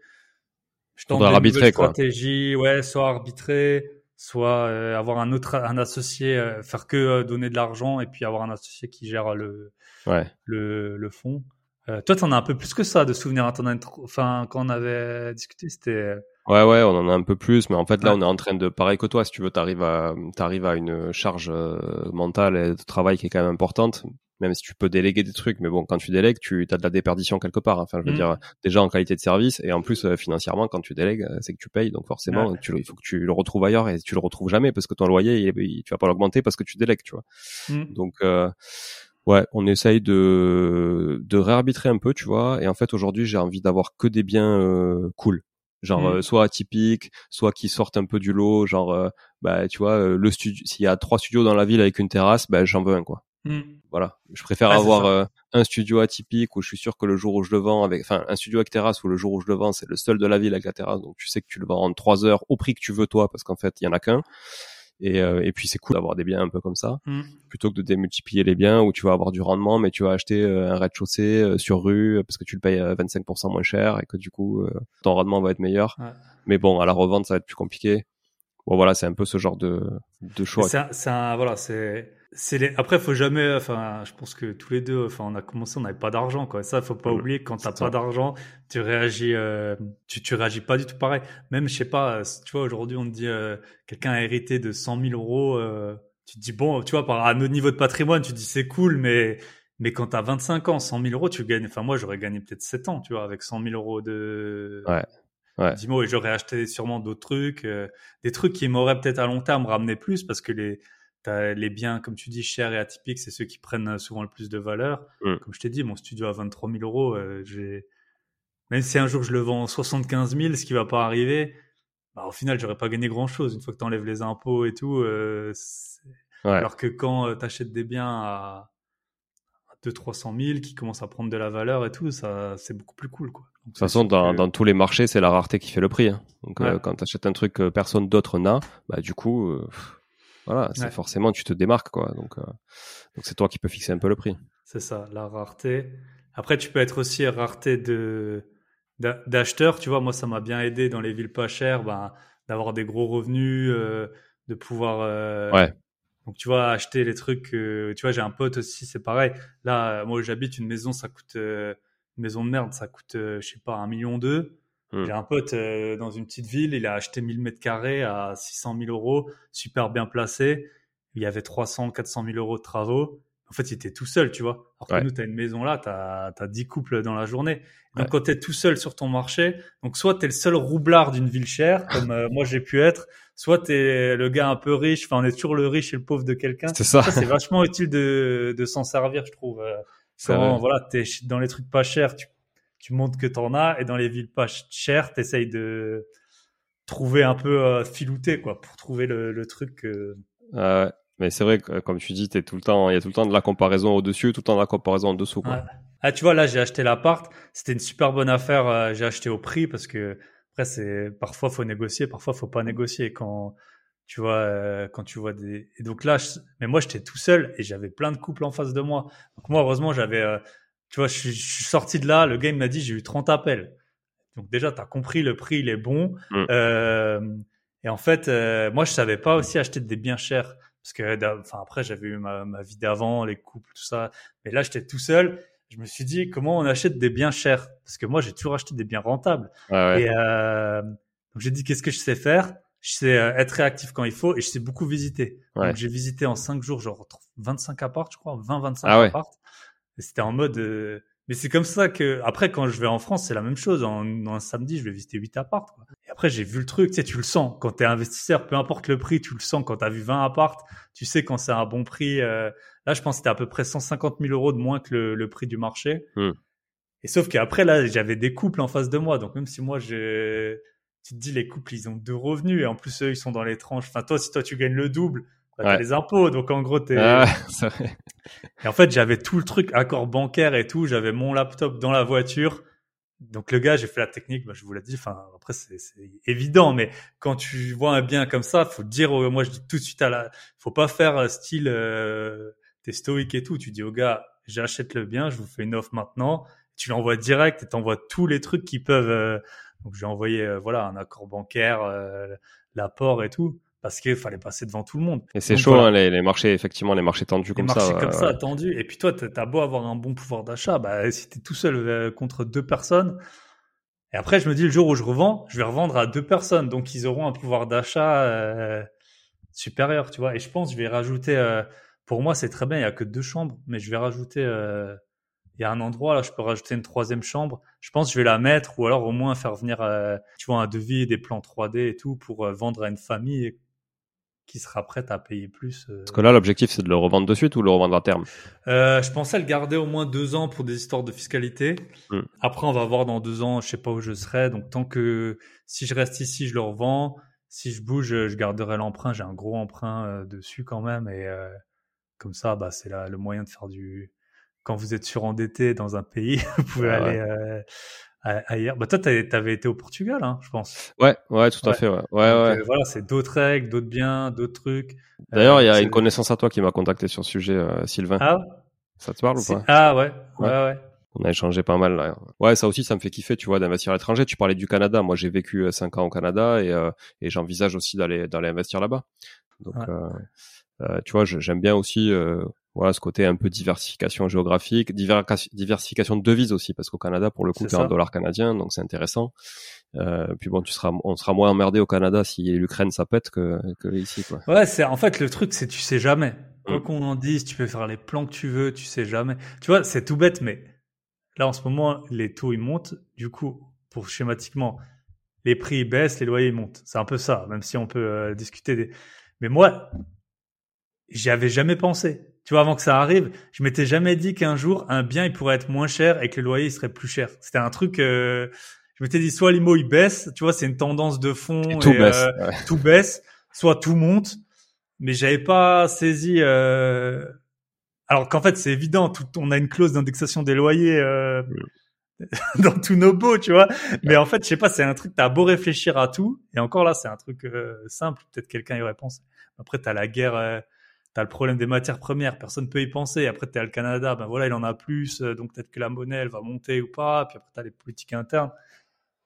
je tente Faudra des arbitrer, nouvelles quoi. stratégies, ouais, soit arbitrer, soit euh, avoir un autre, un associé, euh, faire que euh, donner de l'argent et puis avoir un associé qui gère le, Ouais. le, le fond. Euh, toi, t'en as un peu plus que ça de souvenirs. Hein. T'en as une tro- enfin, quand on avait discuté, c'était. Ouais, ouais, on en a un peu plus, mais en fait, là, Ouais. on est en train de, pareil que toi, si tu veux, t'arrives à, t'arrives à une charge euh, mentale et de travail qui est quand même importante, même si tu peux déléguer des trucs, mais bon, quand tu délègues, tu as de la déperdition quelque part. Enfin, je veux Mm. dire, déjà en qualité de service, et en plus, euh, financièrement, quand tu délègues, euh, c'est que tu payes, donc forcément, Ouais. tu, le- il faut que tu le retrouves ailleurs, et tu le retrouves jamais, parce que ton loyer, il, il- tu vas pas l'augmenter parce que tu délègues, tu vois. Mm. Donc, euh, ouais, on essaye de, de réarbitrer un peu, tu vois, et en fait, aujourd'hui, j'ai envie d'avoir que des biens euh, cool. Genre Mm. euh, soit atypiques, soit qui sortent un peu du lot, genre euh, bah tu vois euh, le studio, s'il y a trois studios dans la ville avec une terrasse, bah j'en veux un, quoi. Mm. Voilà, je préfère Ouais, c'est avoir ça. euh, un studio atypique où je suis sûr que le jour où je le vends avec, enfin un studio avec terrasse où le jour où je le vends c'est le seul de la ville avec la terrasse, donc tu sais que tu le vends en trois heures au prix que tu veux toi, parce qu'en fait il y en a qu'un. Et, euh, et puis c'est cool d'avoir des biens un peu comme ça, Mm. plutôt que de démultiplier les biens où tu vas avoir du rendement, mais tu vas acheter euh, un rez-de-chaussée euh, sur rue euh, parce que tu le payes euh, vingt-cinq pour cent moins cher et que du coup euh, ton rendement va être meilleur. Ouais. Mais bon, à la revente ça va être plus compliqué. Bon voilà, c'est un peu ce genre de, de choix. C'est un, c'est un, voilà, c'est, c'est les, après, faut jamais, enfin, je pense que tous les deux, enfin, on a commencé, on n'avait pas d'argent, quoi. Ça, faut pas Mmh. oublier que quand t'as C'est ça. pas d'argent, tu réagis, euh, tu, tu réagis pas du tout pareil. Même, je sais pas, tu vois, aujourd'hui, on te dit, euh, quelqu'un a hérité de cent mille euros, euh, tu te dis, bon, tu vois, par, à notre niveau de patrimoine, tu te dis, c'est cool, mais, mais quand t'as vingt-cinq ans, cent mille euros, tu gagnes, enfin, moi, j'aurais gagné peut-être sept ans, tu vois, avec cent mille euros de, Ouais. Ouais. dis-moi, et j'aurais acheté sûrement d'autres trucs, euh, des trucs qui m'auraient peut-être à long terme ramené plus parce que les, t'as les biens, comme tu dis, chers et atypiques, c'est ceux qui prennent souvent le plus de valeur. Mm. Comme je t'ai dit, mon studio à vingt-trois mille euros, euh, j'ai, même si un jour je le vends soixante-quinze mille, ce qui va pas arriver, bah, au final, j'aurais pas gagné grand chose une fois que t'enlèves les impôts et tout. Euh, Ouais. Alors que quand euh, t'achètes des biens à deux trois cent mille qui commencent à prendre de la valeur et tout, ça, c'est beaucoup plus cool, quoi. De toute façon, dans, que... dans tous les marchés, c'est la rareté qui fait le prix. Hein. Donc, ouais. euh, quand tu achètes un truc que personne d'autre n'a, bah, du coup, euh, voilà, c'est ouais. forcément, tu te démarques, quoi. Donc, euh, donc, c'est toi qui peux fixer un peu le prix. C'est ça, la rareté. Après, tu peux être aussi rareté de, d'a- d'acheteurs, tu vois, moi, ça m'a bien aidé dans les villes pas chères, ben, d'avoir des gros revenus, euh, de pouvoir, euh, Ouais, donc, tu vois, acheter les trucs, euh, tu vois, j'ai un pote aussi, c'est pareil. Là, euh, moi, où j'habite, une maison, ça coûte, euh, une maison de merde, ça coûte, euh, je sais pas, un million deux. hmm, J'ai un pote euh, dans une petite ville, il a acheté mille mètres carrés à six cent mille euros, super bien placé. Il y avait trois cents, quatre cent mille euros de travaux. En fait, il était tout seul, tu vois. Alors que ouais, nous, tu as une maison là, tu as dix couples dans la journée. ouais. Donc, quand tu es tout seul sur ton marché, donc soit tu es le seul roublard d'une ville chère, comme euh, moi j'ai pu être, soit tu es le gars un peu riche, enfin, on est toujours le riche et le pauvre de quelqu'un. C'est ça, Ça, c'est vachement utile de, de s'en servir, je trouve. Euh, c'est Quand vrai. voilà, tu es dans les trucs pas chers, tu, tu montres que tu en as, et dans les villes pas ch- chères, tu essayes de trouver un peu euh, filouter, quoi, pour trouver le, le truc. euh, Ah ouais. Mais c'est vrai que, comme tu dis, t'es tout le temps, il y a tout le temps de la comparaison au-dessus, tout le temps de la comparaison en dessous, Ouais. quoi. Ah, tu vois, là, j'ai acheté l'appart. C'était une super bonne affaire. euh, J'ai acheté au prix parce que, après, c'est, parfois, faut négocier, parfois, faut pas négocier quand, tu vois, euh, quand tu vois des, et donc là, je- mais moi, j'étais tout seul et j'avais plein de couples en face de moi. Donc, moi, heureusement, j'avais, euh, tu vois, je suis, je suis sorti de là. Le gars, il m'a dit, j'ai eu trente appels. Donc, déjà, tu as compris, le prix, il est bon. Hmm. Euh, et en fait, euh, moi, je savais pas aussi acheter des biens chers parce que, d'a- enfin, après, j'avais eu ma, ma vie d'avant, les couples, tout ça. Mais là, j'étais tout seul. Je me suis dit, comment on achète des biens chers? Parce que moi, j'ai toujours acheté des biens rentables. Ouais, ouais, Et euh, donc, j'ai dit, qu'est-ce que je sais faire? Je sais euh, être réactif quand il faut et je sais beaucoup visiter. Donc, ouais. j'ai visité en cinq jours, genre vingt-cinq apparts, je crois, vingt vingt-cinq Ah ouais. apparts. Et c'était en mode, euh, mais c'est comme ça que, après, quand je vais en France, c'est la même chose. En, en un samedi, je vais visiter huit apparts, quoi. Et après, j'ai vu le truc, tu sais, tu le sens. Quand t'es investisseur, peu importe le prix, tu le sens. Quand t'as vu vingt apparts, tu sais quand c'est un bon prix. Euh, là, je pense que c'était à peu près cent cinquante mille euros de moins que le, le prix du marché. Hmm. Et sauf qu'après, là, j'avais des couples en face de moi. Donc, même si moi, je, tu te dis, les couples, ils ont deux revenus. Et en plus, eux, ils sont dans les tranches. Enfin, toi, si toi, tu gagnes le double, bah, t'as Ouais. les impôts. Donc, en gros, Ah t'es, ouais, c'est vrai. et en fait, j'avais tout le truc, accord bancaire et tout. J'avais mon laptop dans la voiture. Donc le gars, j'ai fait la technique, bah, je vous l'ai dit. Enfin, après c'est, c'est évident, mais quand tu vois un bien comme ça, faut dire. au- Moi, je dis tout de suite à la, faut pas faire euh, style euh, t'es stoïque et tout. Tu dis au gars, j'achète le bien, je vous fais une offre maintenant. Tu l'envoies direct et t'envoies tous les trucs qui peuvent. euh, Donc j'ai envoyé euh, voilà un accord bancaire, euh, l'apport et tout, parce qu'il fallait passer devant tout le monde. Et c'est Donc chaud, hein, voilà. les, les marchés, effectivement, les marchés tendus Les comme ça. marchés comme euh, ça ouais. attendus. Et puis toi, t'as t'as beau avoir un bon pouvoir d'achat, bah, si t'es tout seul euh, contre deux personnes. Et après, je me dis, le jour où je revends, je vais revendre à deux personnes. Donc, ils auront un pouvoir d'achat euh, supérieur, tu vois. Et je pense, je vais rajouter, euh, pour moi, c'est très bien, il n'y a que deux chambres, mais je vais rajouter, euh, il y a un endroit, là, je peux rajouter une troisième chambre. Je pense que je vais la mettre, ou alors au moins faire venir, euh, tu vois, un devis, des plans trois D et tout, pour euh, vendre à une famille qui sera prête à payer plus. Parce que euh, là, l'objectif, c'est de le revendre de suite ou le revendre à terme. Euh, je pensais le garder au moins deux ans pour des histoires de fiscalité. Hmm. Après, on va voir dans deux ans, je sais pas où je serai. Donc, tant que si je reste ici, je le revends. Si je bouge, je garderai l'emprunt. J'ai un gros emprunt euh, dessus quand même. Et euh, comme ça, bah, c'est là le moyen de faire du. Quand vous êtes surendetté dans un pays, vous pouvez Ah aller ouais. euh, a- ailleurs. Bah, toi, t'avais t'avais été au Portugal, hein, je pense. Ouais, ouais, tout à Ouais. fait, ouais. Ouais, Donc ouais. euh, voilà, c'est d'autres règles, d'autres biens, d'autres trucs. Euh, D'ailleurs, il y donc a c'est. une connaissance à toi qui m'a contacté sur ce sujet, euh, Sylvain. Ah, Ça te parle ou c'est pas? ah ouais, Ouais. ouais, ouais. On a échangé pas mal là. Ouais, ça aussi, ça me fait kiffer, tu vois, d'investir à l'étranger. Tu parlais du Canada. Moi, j'ai vécu euh, cinq ans au Canada et, euh, et j'envisage aussi d'aller d'aller investir là-bas. Donc, Ouais. euh, euh, tu vois, je- j'aime bien aussi, euh, voilà, ce côté un peu diversification géographique, diver- diversification de devises aussi, parce qu'au Canada, pour le coup, C'est t'es en ça. dollars canadiens, donc c'est intéressant. Euh, puis bon, tu seras, on sera moins emmerdé au Canada si l'Ukraine ça pète que que ici, quoi. Ouais, c'est en fait le truc, c'est tu sais jamais. Quoi Mm. qu'on en dise, tu peux faire les plans que tu veux, tu sais jamais. Tu vois, c'est tout bête, mais là en ce moment, les taux ils montent. Du coup, pour schématiquement, les prix ils baissent, les loyers ils montent. C'est un peu ça, même si on peut euh, discuter des. Mais moi, j'y avais jamais pensé. Tu vois, avant que ça arrive, je m'étais jamais dit qu'un jour un bien il pourrait être moins cher et que le loyer il serait plus cher. C'était un truc. Euh, je m'étais dit soit l'immo il baisse, tu vois, c'est une tendance de Et fond tout et baisse. euh, Ouais. tout baisse, soit tout monte. Mais j'avais pas saisi. Euh... Alors qu'en fait, c'est évident. Tout, on a une clause d'indexation des loyers euh, dans tous nos baux, tu vois. Mais en fait, je sais pas, c'est un truc. T'as beau réfléchir à tout, et encore là, c'est un truc euh, simple. Peut-être quelqu'un y aurait pensé. Après, t'as la guerre. Euh... T'as le problème des matières premières, personne peut y penser. Après, t'es à le Canada, ben voilà, il en a plus, euh, donc peut-être que la monnaie, elle va monter ou pas. Puis après, t'as les politiques internes.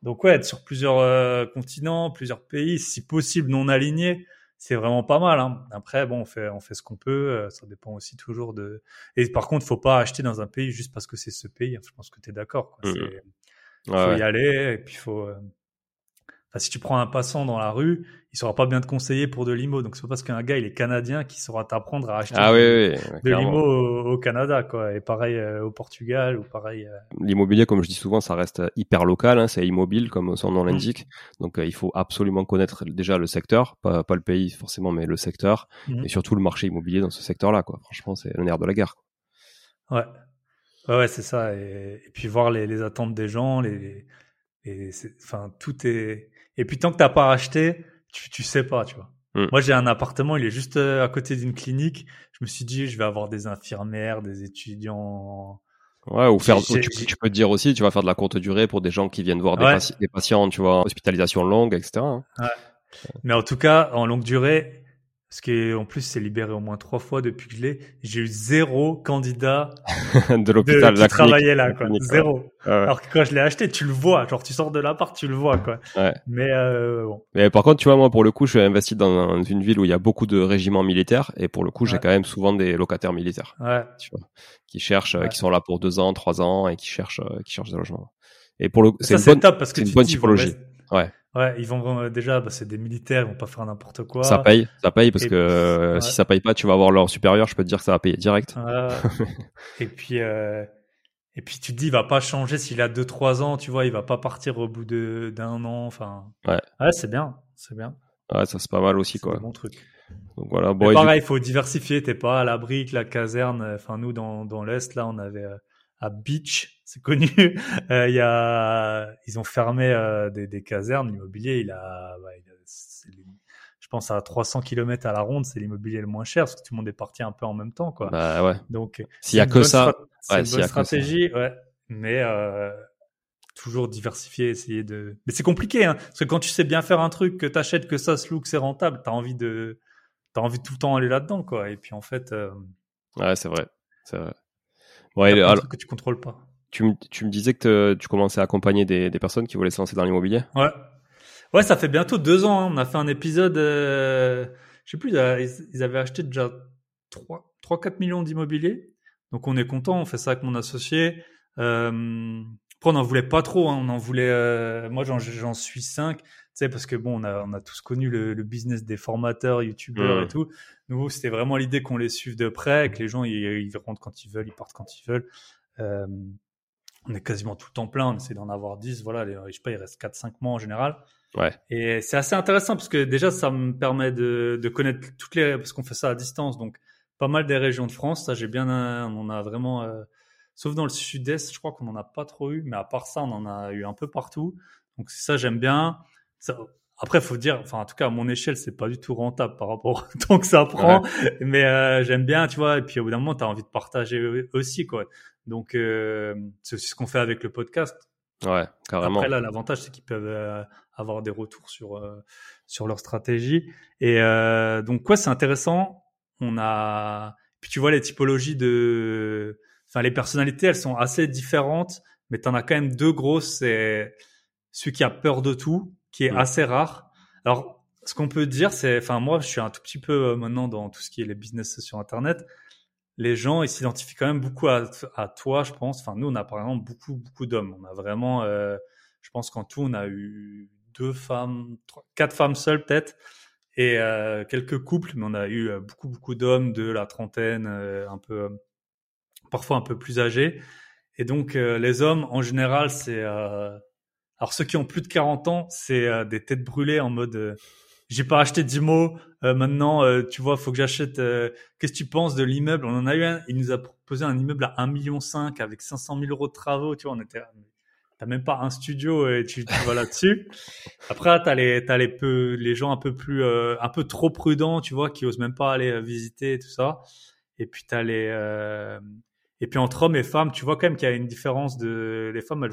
Donc ouais, être sur plusieurs euh, continents, plusieurs pays, si possible non alignés, c'est vraiment pas mal. Hein. Après, bon, on fait, on fait ce qu'on peut. Euh, ça dépend aussi toujours de. Et par contre, faut pas acheter dans un pays juste parce que c'est ce pays. Je pense que tu es d'accord. Quoi. Mmh. C'est, Ouais, faut ouais. y aller et puis faut. Euh... Enfin, si tu prends un passant dans la rue, il saura pas bien te conseiller pour de l'I M O. Donc c'est pas parce qu'un gars il est canadien qu'il saura t'apprendre à acheter Ah oui, du, oui, oui, de l'I M O clairement. au, au Canada, quoi. Et pareil euh, au Portugal ou pareil. Euh... L'immobilier, comme je dis souvent, ça reste hyper local, hein, c'est immobile, comme son nom Mm. l'indique. Donc, euh, il faut absolument connaître déjà le secteur, pas, pas le pays forcément, mais le secteur, Mm. et surtout le marché immobilier dans ce secteur-là, quoi. Franchement, c'est le nerf de la guerre. Ouais, ouais, ouais, c'est ça. Et, et puis voir les, les attentes des gens, les, les c'est, enfin, tout est. Et puis tant que t'as pas acheté, tu, tu sais pas, tu vois. Mm. Moi, j'ai un appartement, il est juste euh, à côté d'une clinique. Je me suis dit, je vais avoir des infirmières, des étudiants. Ouais, ou J'ai, faire, ou j'ai, tu, peux- j'ai... tu peux te dire aussi, tu vas faire de la courte durée pour des gens qui viennent voir des, Ouais, pati- des patients, tu vois, hospitalisation longue, et cetera, hein. ouais. Mais en tout cas, en longue durée, parce que en plus, c'est libéré au moins trois fois depuis que je l'ai, j'ai eu zéro candidat De de l'hôpital, de qui la clinique. travaillait là, La quoi. clinique, ouais. Zéro. Ouais, Alors que quand je l'ai acheté, tu le vois. Genre, tu sors de l'appart, tu le vois, quoi. ouais. Mais euh, bon, Mais par contre, tu vois, moi, pour le coup, je suis investi dans une ville où il y a beaucoup de régiments militaires, et pour le coup, j'ai ouais, quand même souvent des locataires militaires, ouais, tu vois, qui cherchent, euh, ouais. qui sont là pour deux ans, trois ans, et qui cherchent, euh, qui cherchent des logements. Et pour le, c'est Ça, une c'est bonne, top parce que c'est une tu te bonne dis, ils vont typologie. rester. Ouais. Ouais, ils vont euh, déjà, bah, c'est des militaires, ils vont pas faire n'importe Ça quoi. paye, ça paye parce Et que puis, euh, ouais, si ça paye pas, tu vas voir leur supérieur, je peux te dire que ça va payer direct. ouais. Et puis, euh, et puis tu te dis, il va pas changer s'il a deux, trois ans, tu vois, il va pas partir au bout de d'un an. Enfin, Ouais. ouais, c'est bien, c'est bien, Ouais, ça c'est pas mal aussi, c'est des quoi. bons trucs. Donc voilà. Mais Bon, et du pareil, coup, il faut diversifier. T'es pas à l'abri que la caserne. Enfin, nous, dans, dans l'Est, là, on avait euh, à Beach, c'est connu. Euh, Il y a, ils ont fermé euh, des, des casernes. L'immobilier, il a, bah, il a c'est les- je pense à trois cents kilomètres à la ronde, c'est l'immobilier le moins cher parce que tout le monde est parti un peu en même temps, quoi. bah ouais. Donc, S'il y c'est a une que bonne ça, strat, c'est ouais, une s'il bonne y a que ça. stratégie, ouais. Mais euh, toujours diversifier, essayer de. Mais c'est compliqué, hein, parce que quand tu sais bien faire un truc, que t'achètes, que ça se loue, que c'est rentable, t'as envie de t'as envie de tout le temps aller là-dedans, quoi. Et puis en fait, euh, Ouais, c'est vrai, c'est vrai. t'as Ouais, plein de alors, trucs que tu contrôles pas. tu me, tu me disais que te- tu commençais à accompagner des, des personnes qui voulaient se lancer dans l'immobilier. Ouais, ouais, ça fait bientôt deux ans. Hein. On a fait un épisode, euh, je sais plus, ils, ils avaient acheté déjà trois, trois, quatre millions d'immobilier. Donc on est content. On fait ça avec mon associé. Euh, après, on n'en voulait pas trop. Hein. On en voulait. Euh, moi, j'en, j'en suis cinq. Tu sais, parce que bon, on a, on a tous connu le, le business des formateurs, youtubeurs et Hmm. tout. Nous, c'était vraiment l'idée qu'on les suive de près, que les gens ils, ils rentrent quand ils veulent, ils partent quand ils veulent. Euh, on est quasiment tout le temps plein, on essaie d'en avoir dix, voilà, les, je sais pas, il reste quatre cinq mois en général. Ouais. Et c'est assez intéressant parce que déjà, ça me permet de, de connaître toutes les, parce qu'on fait ça à distance, donc pas mal des régions de France, ça j'ai bien, on en a vraiment, euh, sauf dans le sud-est, je crois qu'on en a pas trop eu, mais à part ça, on en a eu un peu partout. Donc c'est ça, j'aime bien. Ça, après, faut dire, enfin, en tout cas, à mon échelle, c'est pas du tout rentable par rapport au temps que ça Ouais. prend, mais euh, j'aime bien, tu vois. Et puis au bout d'un moment, t'as envie de partager aussi, quoi. Donc euh, c'est aussi ce qu'on fait avec le podcast. Ouais, Après carrément. là, l'avantage c'est qu'ils peuvent euh, avoir des retours sur euh, sur leur stratégie. Et euh, donc quoi, c'est intéressant. On a puis tu vois les typologies de, enfin les personnalités, elles sont assez différentes, mais t'en as quand même deux grosses. C'est celui qui a peur de tout, qui est Hmm. assez rare. Alors ce qu'on peut dire, c'est, enfin moi, je suis un tout petit peu euh, maintenant dans tout ce qui est les business sur Internet. Les gens, ils s'identifient quand même beaucoup à, à toi, je pense. Enfin, nous, on a par exemple beaucoup, beaucoup d'hommes. On a vraiment, euh, je pense qu'en tout, on a eu deux femmes, trois, quatre femmes seules peut-être, et euh, quelques couples, mais on a eu euh, beaucoup, beaucoup d'hommes de la trentaine, euh, un peu, euh, parfois un peu plus âgés. Et donc, euh, les hommes, en général, c'est, euh, alors ceux qui ont plus de quarante ans, c'est euh, des têtes brûlées en mode, euh, j'ai pas acheté d'I M O, euh, maintenant, euh, tu vois, faut que j'achète. Euh, qu'est-ce que tu penses de l'immeuble? On en a eu un, il nous a proposé un immeuble à un virgule cinq million avec cinq cent mille euros de travaux, tu vois, on était là, mais t'as même pas un studio et tu, tu vas là-dessus. Après, t'as les, t'as les peu, les gens un peu plus, euh, un peu trop prudents, tu vois, qui osent même pas aller euh, visiter et tout ça. Et puis t'as les, euh, et puis entre hommes et femmes, tu vois quand même qu'il y a une différence de, les femmes, elles,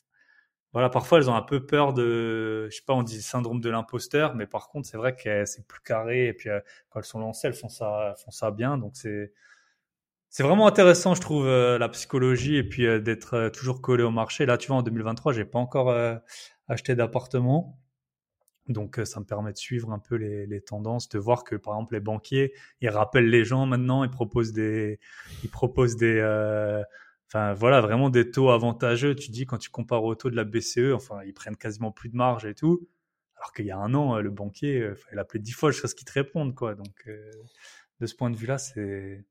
voilà, parfois elles ont un peu peur de, je sais pas, on dit syndrome de l'imposteur, mais par contre c'est vrai que c'est plus carré et puis euh, quand elles sont lancées, elles font ça, elles font ça bien, donc c'est c'est vraiment intéressant, je trouve, euh, la psychologie et puis euh, d'être euh, toujours collé au marché. Là, tu vois, en deux mille vingt-trois, j'ai pas encore euh, acheté d'appartement. Donc, euh, ça me permet de suivre un peu les, les tendances, de voir que, par exemple, les banquiers, ils rappellent les gens maintenant, ils proposent des, ils proposent des, euh, enfin, voilà, vraiment des taux avantageux. Tu dis, quand tu compares au taux de la B C E, enfin, ils prennent quasiment plus de marge et tout. Alors qu'il y a un an, euh, le banquier, euh, il appelait dix fois jusqu'à ce qu'il te réponde, quoi. Donc, euh, de ce point de vue-là, c'est,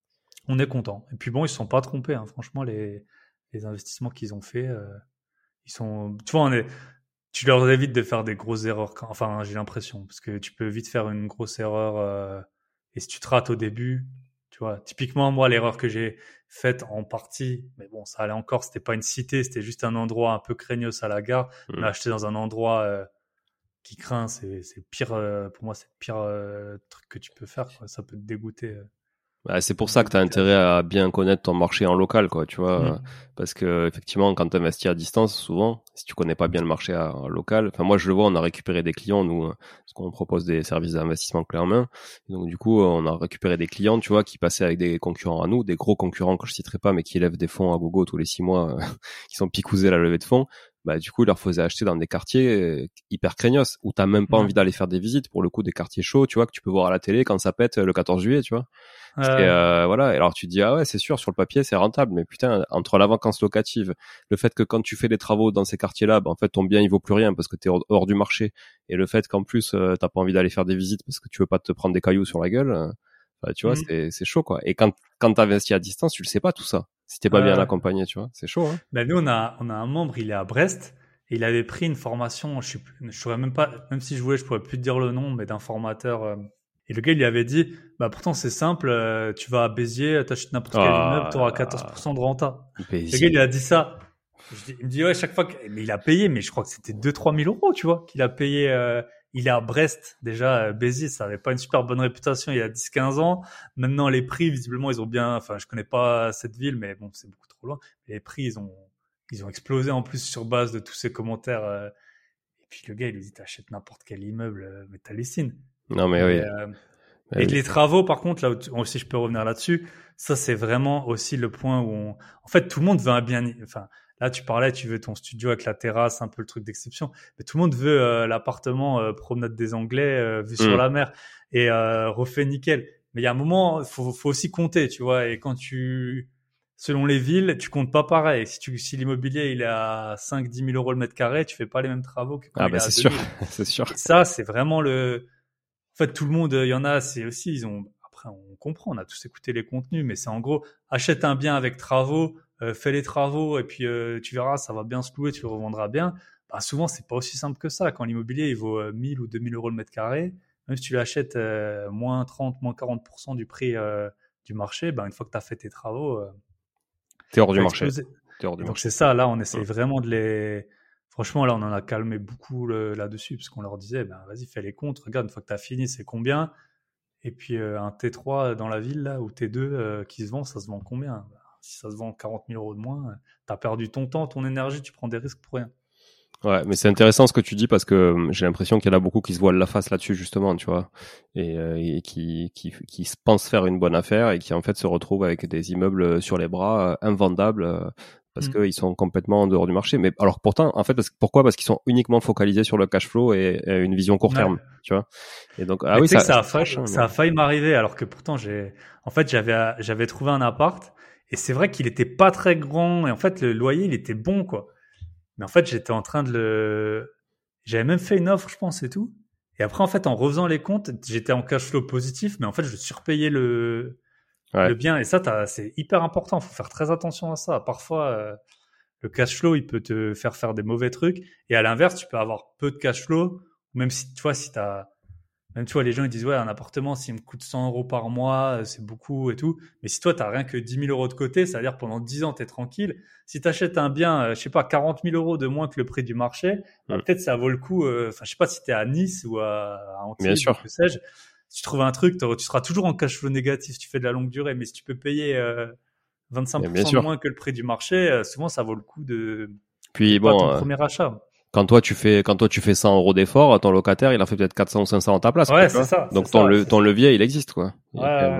on est content. Et puis bon, ils se sont pas trompés, hein. Franchement, les, les investissements qu'ils ont fait, euh, ils sont, tu vois, on est, tu leur évites de faire des grosses erreurs. Quand, enfin, j'ai l'impression, parce que tu peux vite faire une grosse erreur. Euh, et si tu te rates au début, tu vois, typiquement, moi, l'erreur que j'ai faite en partie, mais bon, ça allait encore, c'était pas une cité, c'était juste un endroit un peu craignos à la gare. Mmh. On a acheté dans un endroit euh, qui craint, c'est, c'est le pire, euh, pour moi, c'est le pire euh, truc que tu peux faire, quoi. Ça peut te dégoûter. Euh. Bah, c'est pour ça que tu as intérêt à bien connaître ton marché en local, quoi, tu vois, mmh. Parce que effectivement, quand tu investis à distance, souvent, si tu connais pas bien le marché à, en local, enfin moi je le vois, on a récupéré des clients, nous, parce qu'on propose des services d'investissement clé en main, et donc du coup, on a récupéré des clients, tu vois, qui passaient avec des concurrents à nous, des gros concurrents que je citerai pas, mais qui élèvent des fonds à gogo tous les six mois, qui sont picousés à la levée de fonds. Bah, du coup, ils leur faisaient acheter dans des quartiers hyper craignos, où t'as même pas mmh. envie d'aller faire des visites, pour le coup, des quartiers chauds, tu vois, que tu peux voir à la télé quand ça pète le quatorze juillet, tu vois. Euh... Et euh, voilà. Et alors tu te dis ah ouais, c'est sûr, sur le papier c'est rentable, mais putain, entre la vacance locative, le fait que quand tu fais des travaux dans ces quartiers-là, bah, en fait ton bien il vaut plus rien parce que t'es hors, hors du marché, et le fait qu'en plus euh, t'as pas envie d'aller faire des visites parce que tu veux pas te prendre des cailloux sur la gueule, euh, bah, tu vois, mmh. c'est c'est chaud quoi. Et quand quand t'investis à distance, tu le sais pas tout ça. Si t'es pas euh... bien accompagné, tu vois, c'est chaud. Hein. Ben nous on a on a un membre, il est à Brest. Et il avait pris une formation, je sais plus, je saurais même pas, même si je voulais, je pourrais plus te dire le nom, mais d'un formateur. Euh, et le gars, il lui avait dit, bah pourtant c'est simple, euh, tu vas à Béziers, t'achètes n'importe quel ah, immeuble, t'auras quatorze pour cent de renta. Béziers. Le gars, il a dit ça. Je, il me dit ouais, chaque fois, que, mais il a payé, mais je crois que c'était deux trois mille euros, tu vois, qu'il a payé. Euh, il est à Brest déjà, euh, Béziers, ça avait pas une super bonne réputation il y a dix quinze ans. Maintenant les prix, visiblement, ils ont bien. Enfin, je connais pas cette ville, mais bon, c'est beaucoup trop loin. Les prix, ils ont. Ils ont explosé en plus sur base de tous ces commentaires. Euh, et puis le gars, il lui dit t'achètes n'importe quel immeuble, euh, mais t'hallucines. Non, mais, mais oui. Euh, mais et oui. Les travaux, par contre, là où, si je peux revenir là-dessus, ça c'est vraiment aussi le point où on. En fait, tout le monde veut un bien. Enfin, là, tu parlais, tu veux ton studio avec la terrasse, un peu le truc d'exception. Mais tout le monde veut euh, l'appartement euh, promenade des Anglais, euh, vue mmh. sur la mer et euh, refait nickel. Mais il y a un moment, faut, faut aussi compter, tu vois. Et quand tu selon les villes, tu comptes pas pareil. Si tu, si l'immobilier il est à cinq dix mille euros le mètre carré, tu fais pas les mêmes travaux que quand ah il bah est c'est à sûr, c'est sûr. Et ça, c'est vraiment le. En fait, tout le monde, il y en a, c'est aussi, ils ont. Après, on comprend, on a tous écouté les contenus, mais c'est en gros, achète un bien avec travaux, euh, fais les travaux, et puis euh, tu verras, ça va bien se louer, tu le revendras bien. Bah, souvent, c'est pas aussi simple que ça. Quand l'immobilier il vaut euh, mille ou deux mille euros le mètre carré, même si tu l'achètes euh, moins trente, moins quarante pour cent du prix euh, du marché, bah, une fois que tu as fait tes travaux. Euh, T'es hors du marché. T'es hors du donc marché. c'est ça, là on essaie mmh. vraiment de les... Franchement là on en a calmé beaucoup le... là-dessus, parce qu'on leur disait, ben, vas-y fais les comptes, regarde une fois que tu as fini c'est combien, et puis euh, un T trois dans la ville là, ou T deux euh, qui se vend, ça se vend combien? Si ça se vend quarante mille euros de moins, tu as perdu ton temps, ton énergie, tu prends des risques pour rien. Ouais, mais c'est intéressant ce que tu dis parce que j'ai l'impression qu'il y en a beaucoup qui se voilent la face là-dessus justement, tu vois, et, euh, et qui, qui qui pensent faire une bonne affaire et qui en fait se retrouvent avec des immeubles sur les bras, euh, invendables, euh, parce mmh. qu'ils sont complètement en dehors du marché. Mais alors pourtant, en fait, parce, pourquoi? Parce qu'ils sont uniquement focalisés sur le cash flow et, et une vision court terme, ouais. tu vois. Et donc ah mais oui, ça, ça, a failli, ça mais... a failli m'arriver, alors que pourtant j'ai, en fait, j'avais j'avais trouvé un appart et c'est vrai qu'il était pas très grand et en fait le loyer il était bon quoi. Mais en fait, j'étais en train de le... J'avais même fait une offre, je pense, et tout. Et après, en fait, en refaisant les comptes, j'étais en cash flow positif, mais en fait, je surpayais le, ouais. le bien. Et ça, t'as... c'est hyper important. Il faut faire très attention à ça. Parfois, euh, le cash flow, il peut te faire faire des mauvais trucs. Et à l'inverse, tu peux avoir peu de cash flow. Même si, tu vois, si t'as... Même, tu vois, les gens, ils disent, ouais, un appartement, s'il me coûte cent euros par mois, c'est beaucoup et tout. Mais si toi, tu n'as rien que dix mille euros de côté, ça veut dire pendant dix ans, tu es tranquille. Si tu achètes un bien, euh, je sais pas, quarante mille euros de moins que le prix du marché, bah, mmh. peut-être ça vaut le coup. Enfin, euh, je sais pas si tu es à Nice ou à, à Antibes, ou que sais-je. Si tu trouves un truc, tu seras toujours en cash flow négatif si tu fais de la longue durée. Mais si tu peux payer euh, vingt-cinq pour cent de moins que le prix du marché, euh, souvent, ça vaut le coup de, Puis, de bon, pas ton euh... premier achat. Quand toi tu fais quand toi tu fais cent euros d'effort, ton locataire il en fait peut-être quatre cents ou cinq cents à ta place. Ouais, quoi, c'est ça. Donc c'est ton ça, le c'est ton ça. levier il existe quoi. Il ouais, quand même, ouais.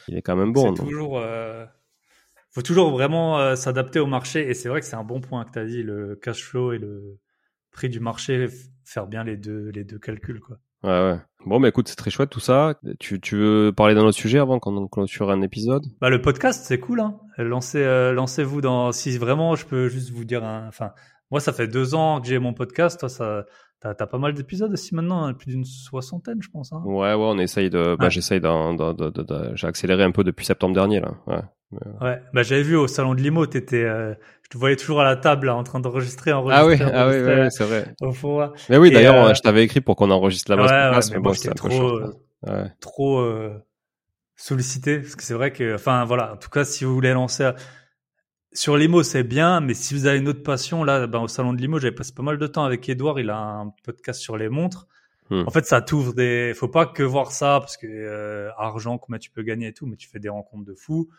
il est quand même bon. C'est toujours, euh, faut toujours vraiment euh, s'adapter au marché. Et c'est vrai que c'est un bon point que tu as dit, le cash flow et le prix du marché, f- faire bien les deux, les deux calculs, quoi. Ouais, ouais. Bon, mais écoute, c'est très chouette tout ça. Tu, tu veux parler d'un autre sujet avant qu'on clôture un épisode? Bah, le podcast, c'est cool, hein. Lancez, euh, lancez-vous dans, si vraiment je peux juste vous dire un, enfin, moi, ça fait deux ans que j'ai mon podcast. Toi, ça, t'as, t'as pas mal d'épisodes aussi maintenant, hein, plus d'une soixantaine, je pense, hein. Ouais, ouais, on essaye de, bah, Ouais. j'essaye d'en, de, de, de, de- j'ai accéléré un peu depuis septembre dernier, là. Ouais. Ouais, bah j'avais vu au salon de Limo, t'étais, euh, je te voyais toujours à la table là, en train d'enregistrer, Ah oui, enregistrer, ah oui, enregistrer, ouais, ouais, c'est vrai. au four. Mais oui, Et, d'ailleurs, euh, je t'avais écrit pour qu'on enregistre là-bas ouais, ce ouais, podcast, mais mais moi bon, c'est j'étais un peu trop, short, euh, là. Ouais. trop euh, sollicité, parce que c'est vrai que, enfin voilà, en tout cas, si vous voulez lancer à- sur Limo, c'est bien, mais si vous avez une autre passion, là, ben, au salon de Limo, j'avais passé pas mal de temps avec Edouard, il a un podcast sur les montres. Hmm. En fait, ça t'ouvre des, faut pas que voir ça, parce que euh, argent, combien tu peux gagner et tout, mais tu fais des rencontres de fous.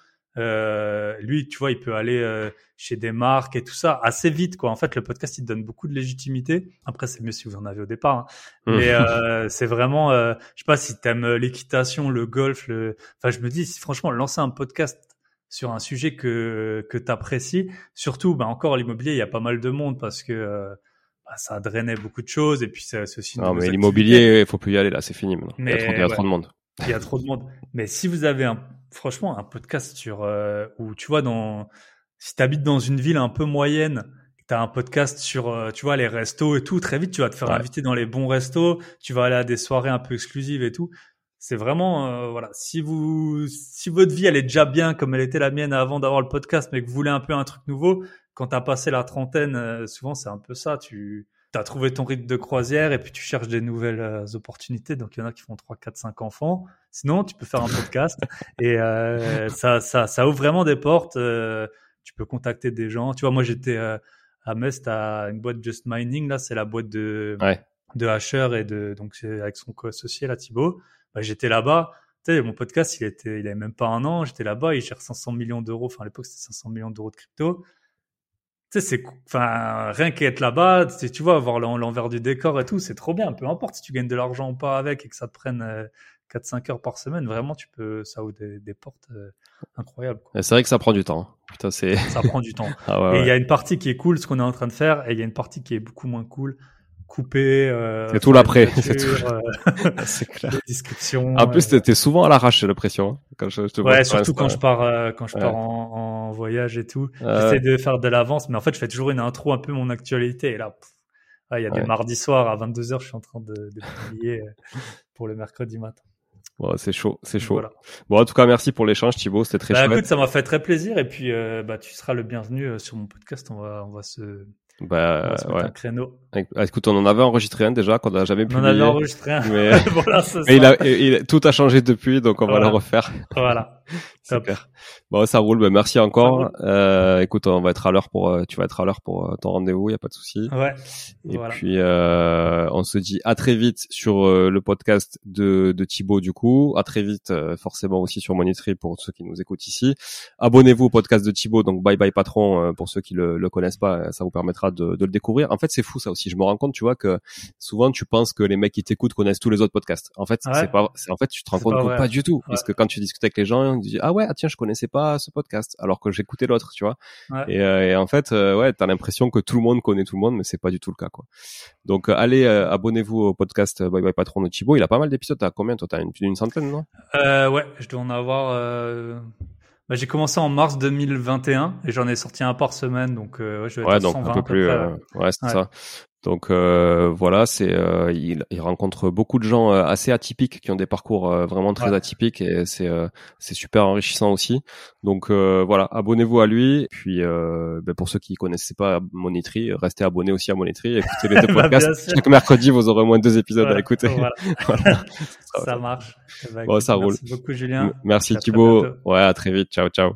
Euh, lui, tu vois, il peut aller euh, chez des marques et tout ça assez vite, quoi. En fait, le podcast, il te donne beaucoup de légitimité. Après, c'est mieux si vous en avez au départ, hein. Hmm. Mais euh, c'est vraiment, euh, je sais pas si t'aimes l'équitation, le golf, le. Enfin, je me dis, si, franchement, lancer un podcast sur un sujet que que t'apprécies, surtout, bah encore l'immobilier, il y a pas mal de monde parce que euh, bah, ça drainait beaucoup de choses et puis c'est c'est aussi une Non, de nos mais activités. l'immobilier, il faut plus y aller, là, c'est fini maintenant. Il y a Mais trop, il y a ouais. trop de monde. Il y a trop de monde. Mais si vous avez un, franchement, un podcast sur, euh, où tu vois, dans, si tu habites dans une ville un peu moyenne, tu as un podcast sur, euh, tu vois, les restos et tout, très vite, tu vas te faire Ouais. inviter dans les bons restos, tu vas aller à des soirées un peu exclusives et tout. C'est vraiment, euh, voilà, si vous, si votre vie, elle est déjà bien comme elle était la mienne avant d'avoir le podcast, mais que vous voulez un peu un truc nouveau, quand tu as passé la trentaine, euh, souvent, c'est un peu ça. Tu as trouvé ton rythme de croisière et puis tu cherches des nouvelles euh, opportunités. Donc, il y en a qui font trois, quatre, cinq enfants. Sinon, tu peux faire un podcast et euh, ça, ça, ça ouvre vraiment des portes. Euh, tu peux contacter des gens. Tu vois, moi, j'étais euh, à Metz, à une boîte Just Mining. Là, c'est la boîte de, Ouais. de Asher et de, donc, c'est avec son co-associé, là, Thibaut. Bah, j'étais là-bas. Tu sais, mon podcast, il était, il avait même pas un an. J'étais là-bas. Il gère cinq cents millions d'euros. Enfin, à l'époque, c'était cinq cents millions d'euros de crypto. Tu sais, c'est, enfin, rien qu'être là-bas, tu, tu vois, voir l'en- l'envers du décor et tout, c'est trop bien. Peu importe si tu gagnes de l'argent ou pas avec et que ça te prenne euh, quatre cinq heures par semaine, vraiment, tu peux, ça ouvre des, des portes euh, incroyables, quoi. Et c'est vrai que ça prend du temps. Putain, c'est. Ça prend du temps. Ah ouais, Et il ouais. y a une partie qui est cool, ce qu'on est en train de faire, et il y a une partie qui est beaucoup moins cool. Couper, euh, C'est tout faire l'après, des c'est miniatures, euh, C'est clair. des descriptions. En plus, euh, t'es t'es souvent à l'arrache, j'ai l'impression. hein, Quand je, je te vois Ouais, sur surtout quand Insta. je pars, euh, quand je Ouais. pars en, en voyage et tout. Euh, J'essaie de faire de l'avance, mais en fait, je fais toujours une intro un peu mon actualité. Et là, pff, ah, il y a Ouais. des mardis soirs à vingt-deux heures, je suis en train de, de publier euh, pour le mercredi matin. bon, c'est chaud, c'est chaud. Voilà. Bon, en tout cas, merci pour l'échange, Thibaut. C'était très Bah, chouette. écoute, ça m'a fait très plaisir. Et puis, euh, bah, tu seras le bienvenu euh, sur mon podcast. On va, on va se, on Bah, va se mettre ouais. un créneau. Écoute, on en avait enregistré un déjà qu'on n'a jamais On en avait publié. enregistré un. Mais, Voilà, c'est mais il ça. a, il, il- tout a changé depuis, donc on va Voilà. le refaire. Voilà. C'est Top. clair. Bon, ça roule. Bah, merci Ça encore. roule. Euh, écoute, on va être à l'heure pour, euh, tu vas être à l'heure pour euh, ton rendez-vous. Y a pas de souci. Ouais. Et Voilà. puis, euh, on se dit à très vite sur euh, le podcast de, de Thibaut, du coup. À très vite, euh, forcément aussi sur Monetary pour ceux qui nous écoutent ici. Abonnez-vous au podcast de Thibaut, donc Bye Bye Patron, euh, pour ceux qui le, le connaissent pas, ça vous permettra de, de le découvrir. En fait, c'est fou ça aussi. Je me rends compte, tu vois, que souvent tu penses que les mecs qui t'écoutent connaissent tous les autres podcasts. En fait, Ouais. c'est pas, c'est en fait, tu te rends C'est compte pas que vrai. pas du tout, Ouais. parce que quand tu discutes avec les gens, ils disent ah ouais, ah tiens, je connaissais pas ce podcast, alors que j'écoutais l'autre, tu vois. Ouais. Et, euh, et en fait, euh, ouais, t'as l'impression que tout le monde connaît tout le monde, mais c'est pas du tout le cas, quoi. Donc, euh, allez, euh, abonnez-vous au podcast euh, Bye Bye Patron de Thibaut. Il a pas mal d'épisodes. T'as combien, toi? T'as une, plus d'une centaine, non? Euh, ouais, je dois en avoir. Euh... Bah, j'ai commencé en mars deux mille vingt et un et j'en ai sorti un par semaine, donc euh, ouais, je vais être Ouais, à donc cent vingt un peu à peu plus. près, euh, ouais. ouais, c'est Ouais. ça. Donc euh, voilà, c'est euh, il, il rencontre beaucoup de gens euh, assez atypiques qui ont des parcours euh, vraiment très Ouais. atypiques et c'est euh, c'est super enrichissant aussi. Donc euh, voilà, abonnez-vous à lui. Puis euh, ben, pour ceux qui connaissaient pas Monetary, restez abonnés aussi à Monetary. Écoutez les deux Bah, bien podcasts. sûr. Chaque mercredi, vous aurez au moins deux épisodes Voilà. à écouter. Voilà. Voilà. Ça marche. Eh ben, Bon, écoute, ça roule. merci beaucoup, Julien. M- Merci À très Thibaut. bientôt. Ouais, à très vite. Ciao, ciao.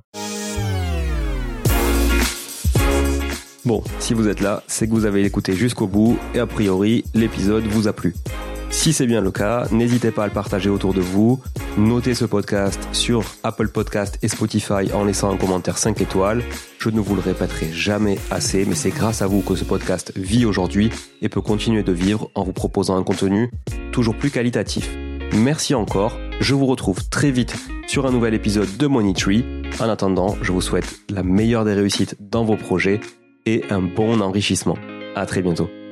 Bon, si vous êtes là, c'est que vous avez écouté jusqu'au bout et a priori, l'épisode vous a plu. Si c'est bien le cas, n'hésitez pas à le partager autour de vous. Notez ce podcast sur Apple Podcast et Spotify en laissant un commentaire cinq étoiles. Je ne vous le répéterai jamais assez, mais c'est grâce à vous que ce podcast vit aujourd'hui et peut continuer de vivre en vous proposant un contenu toujours plus qualitatif. Merci encore Je vous retrouve très vite sur un nouvel épisode de Money Tree. En attendant, je vous souhaite la meilleure des réussites dans vos projets et un bon enrichissement. À très bientôt.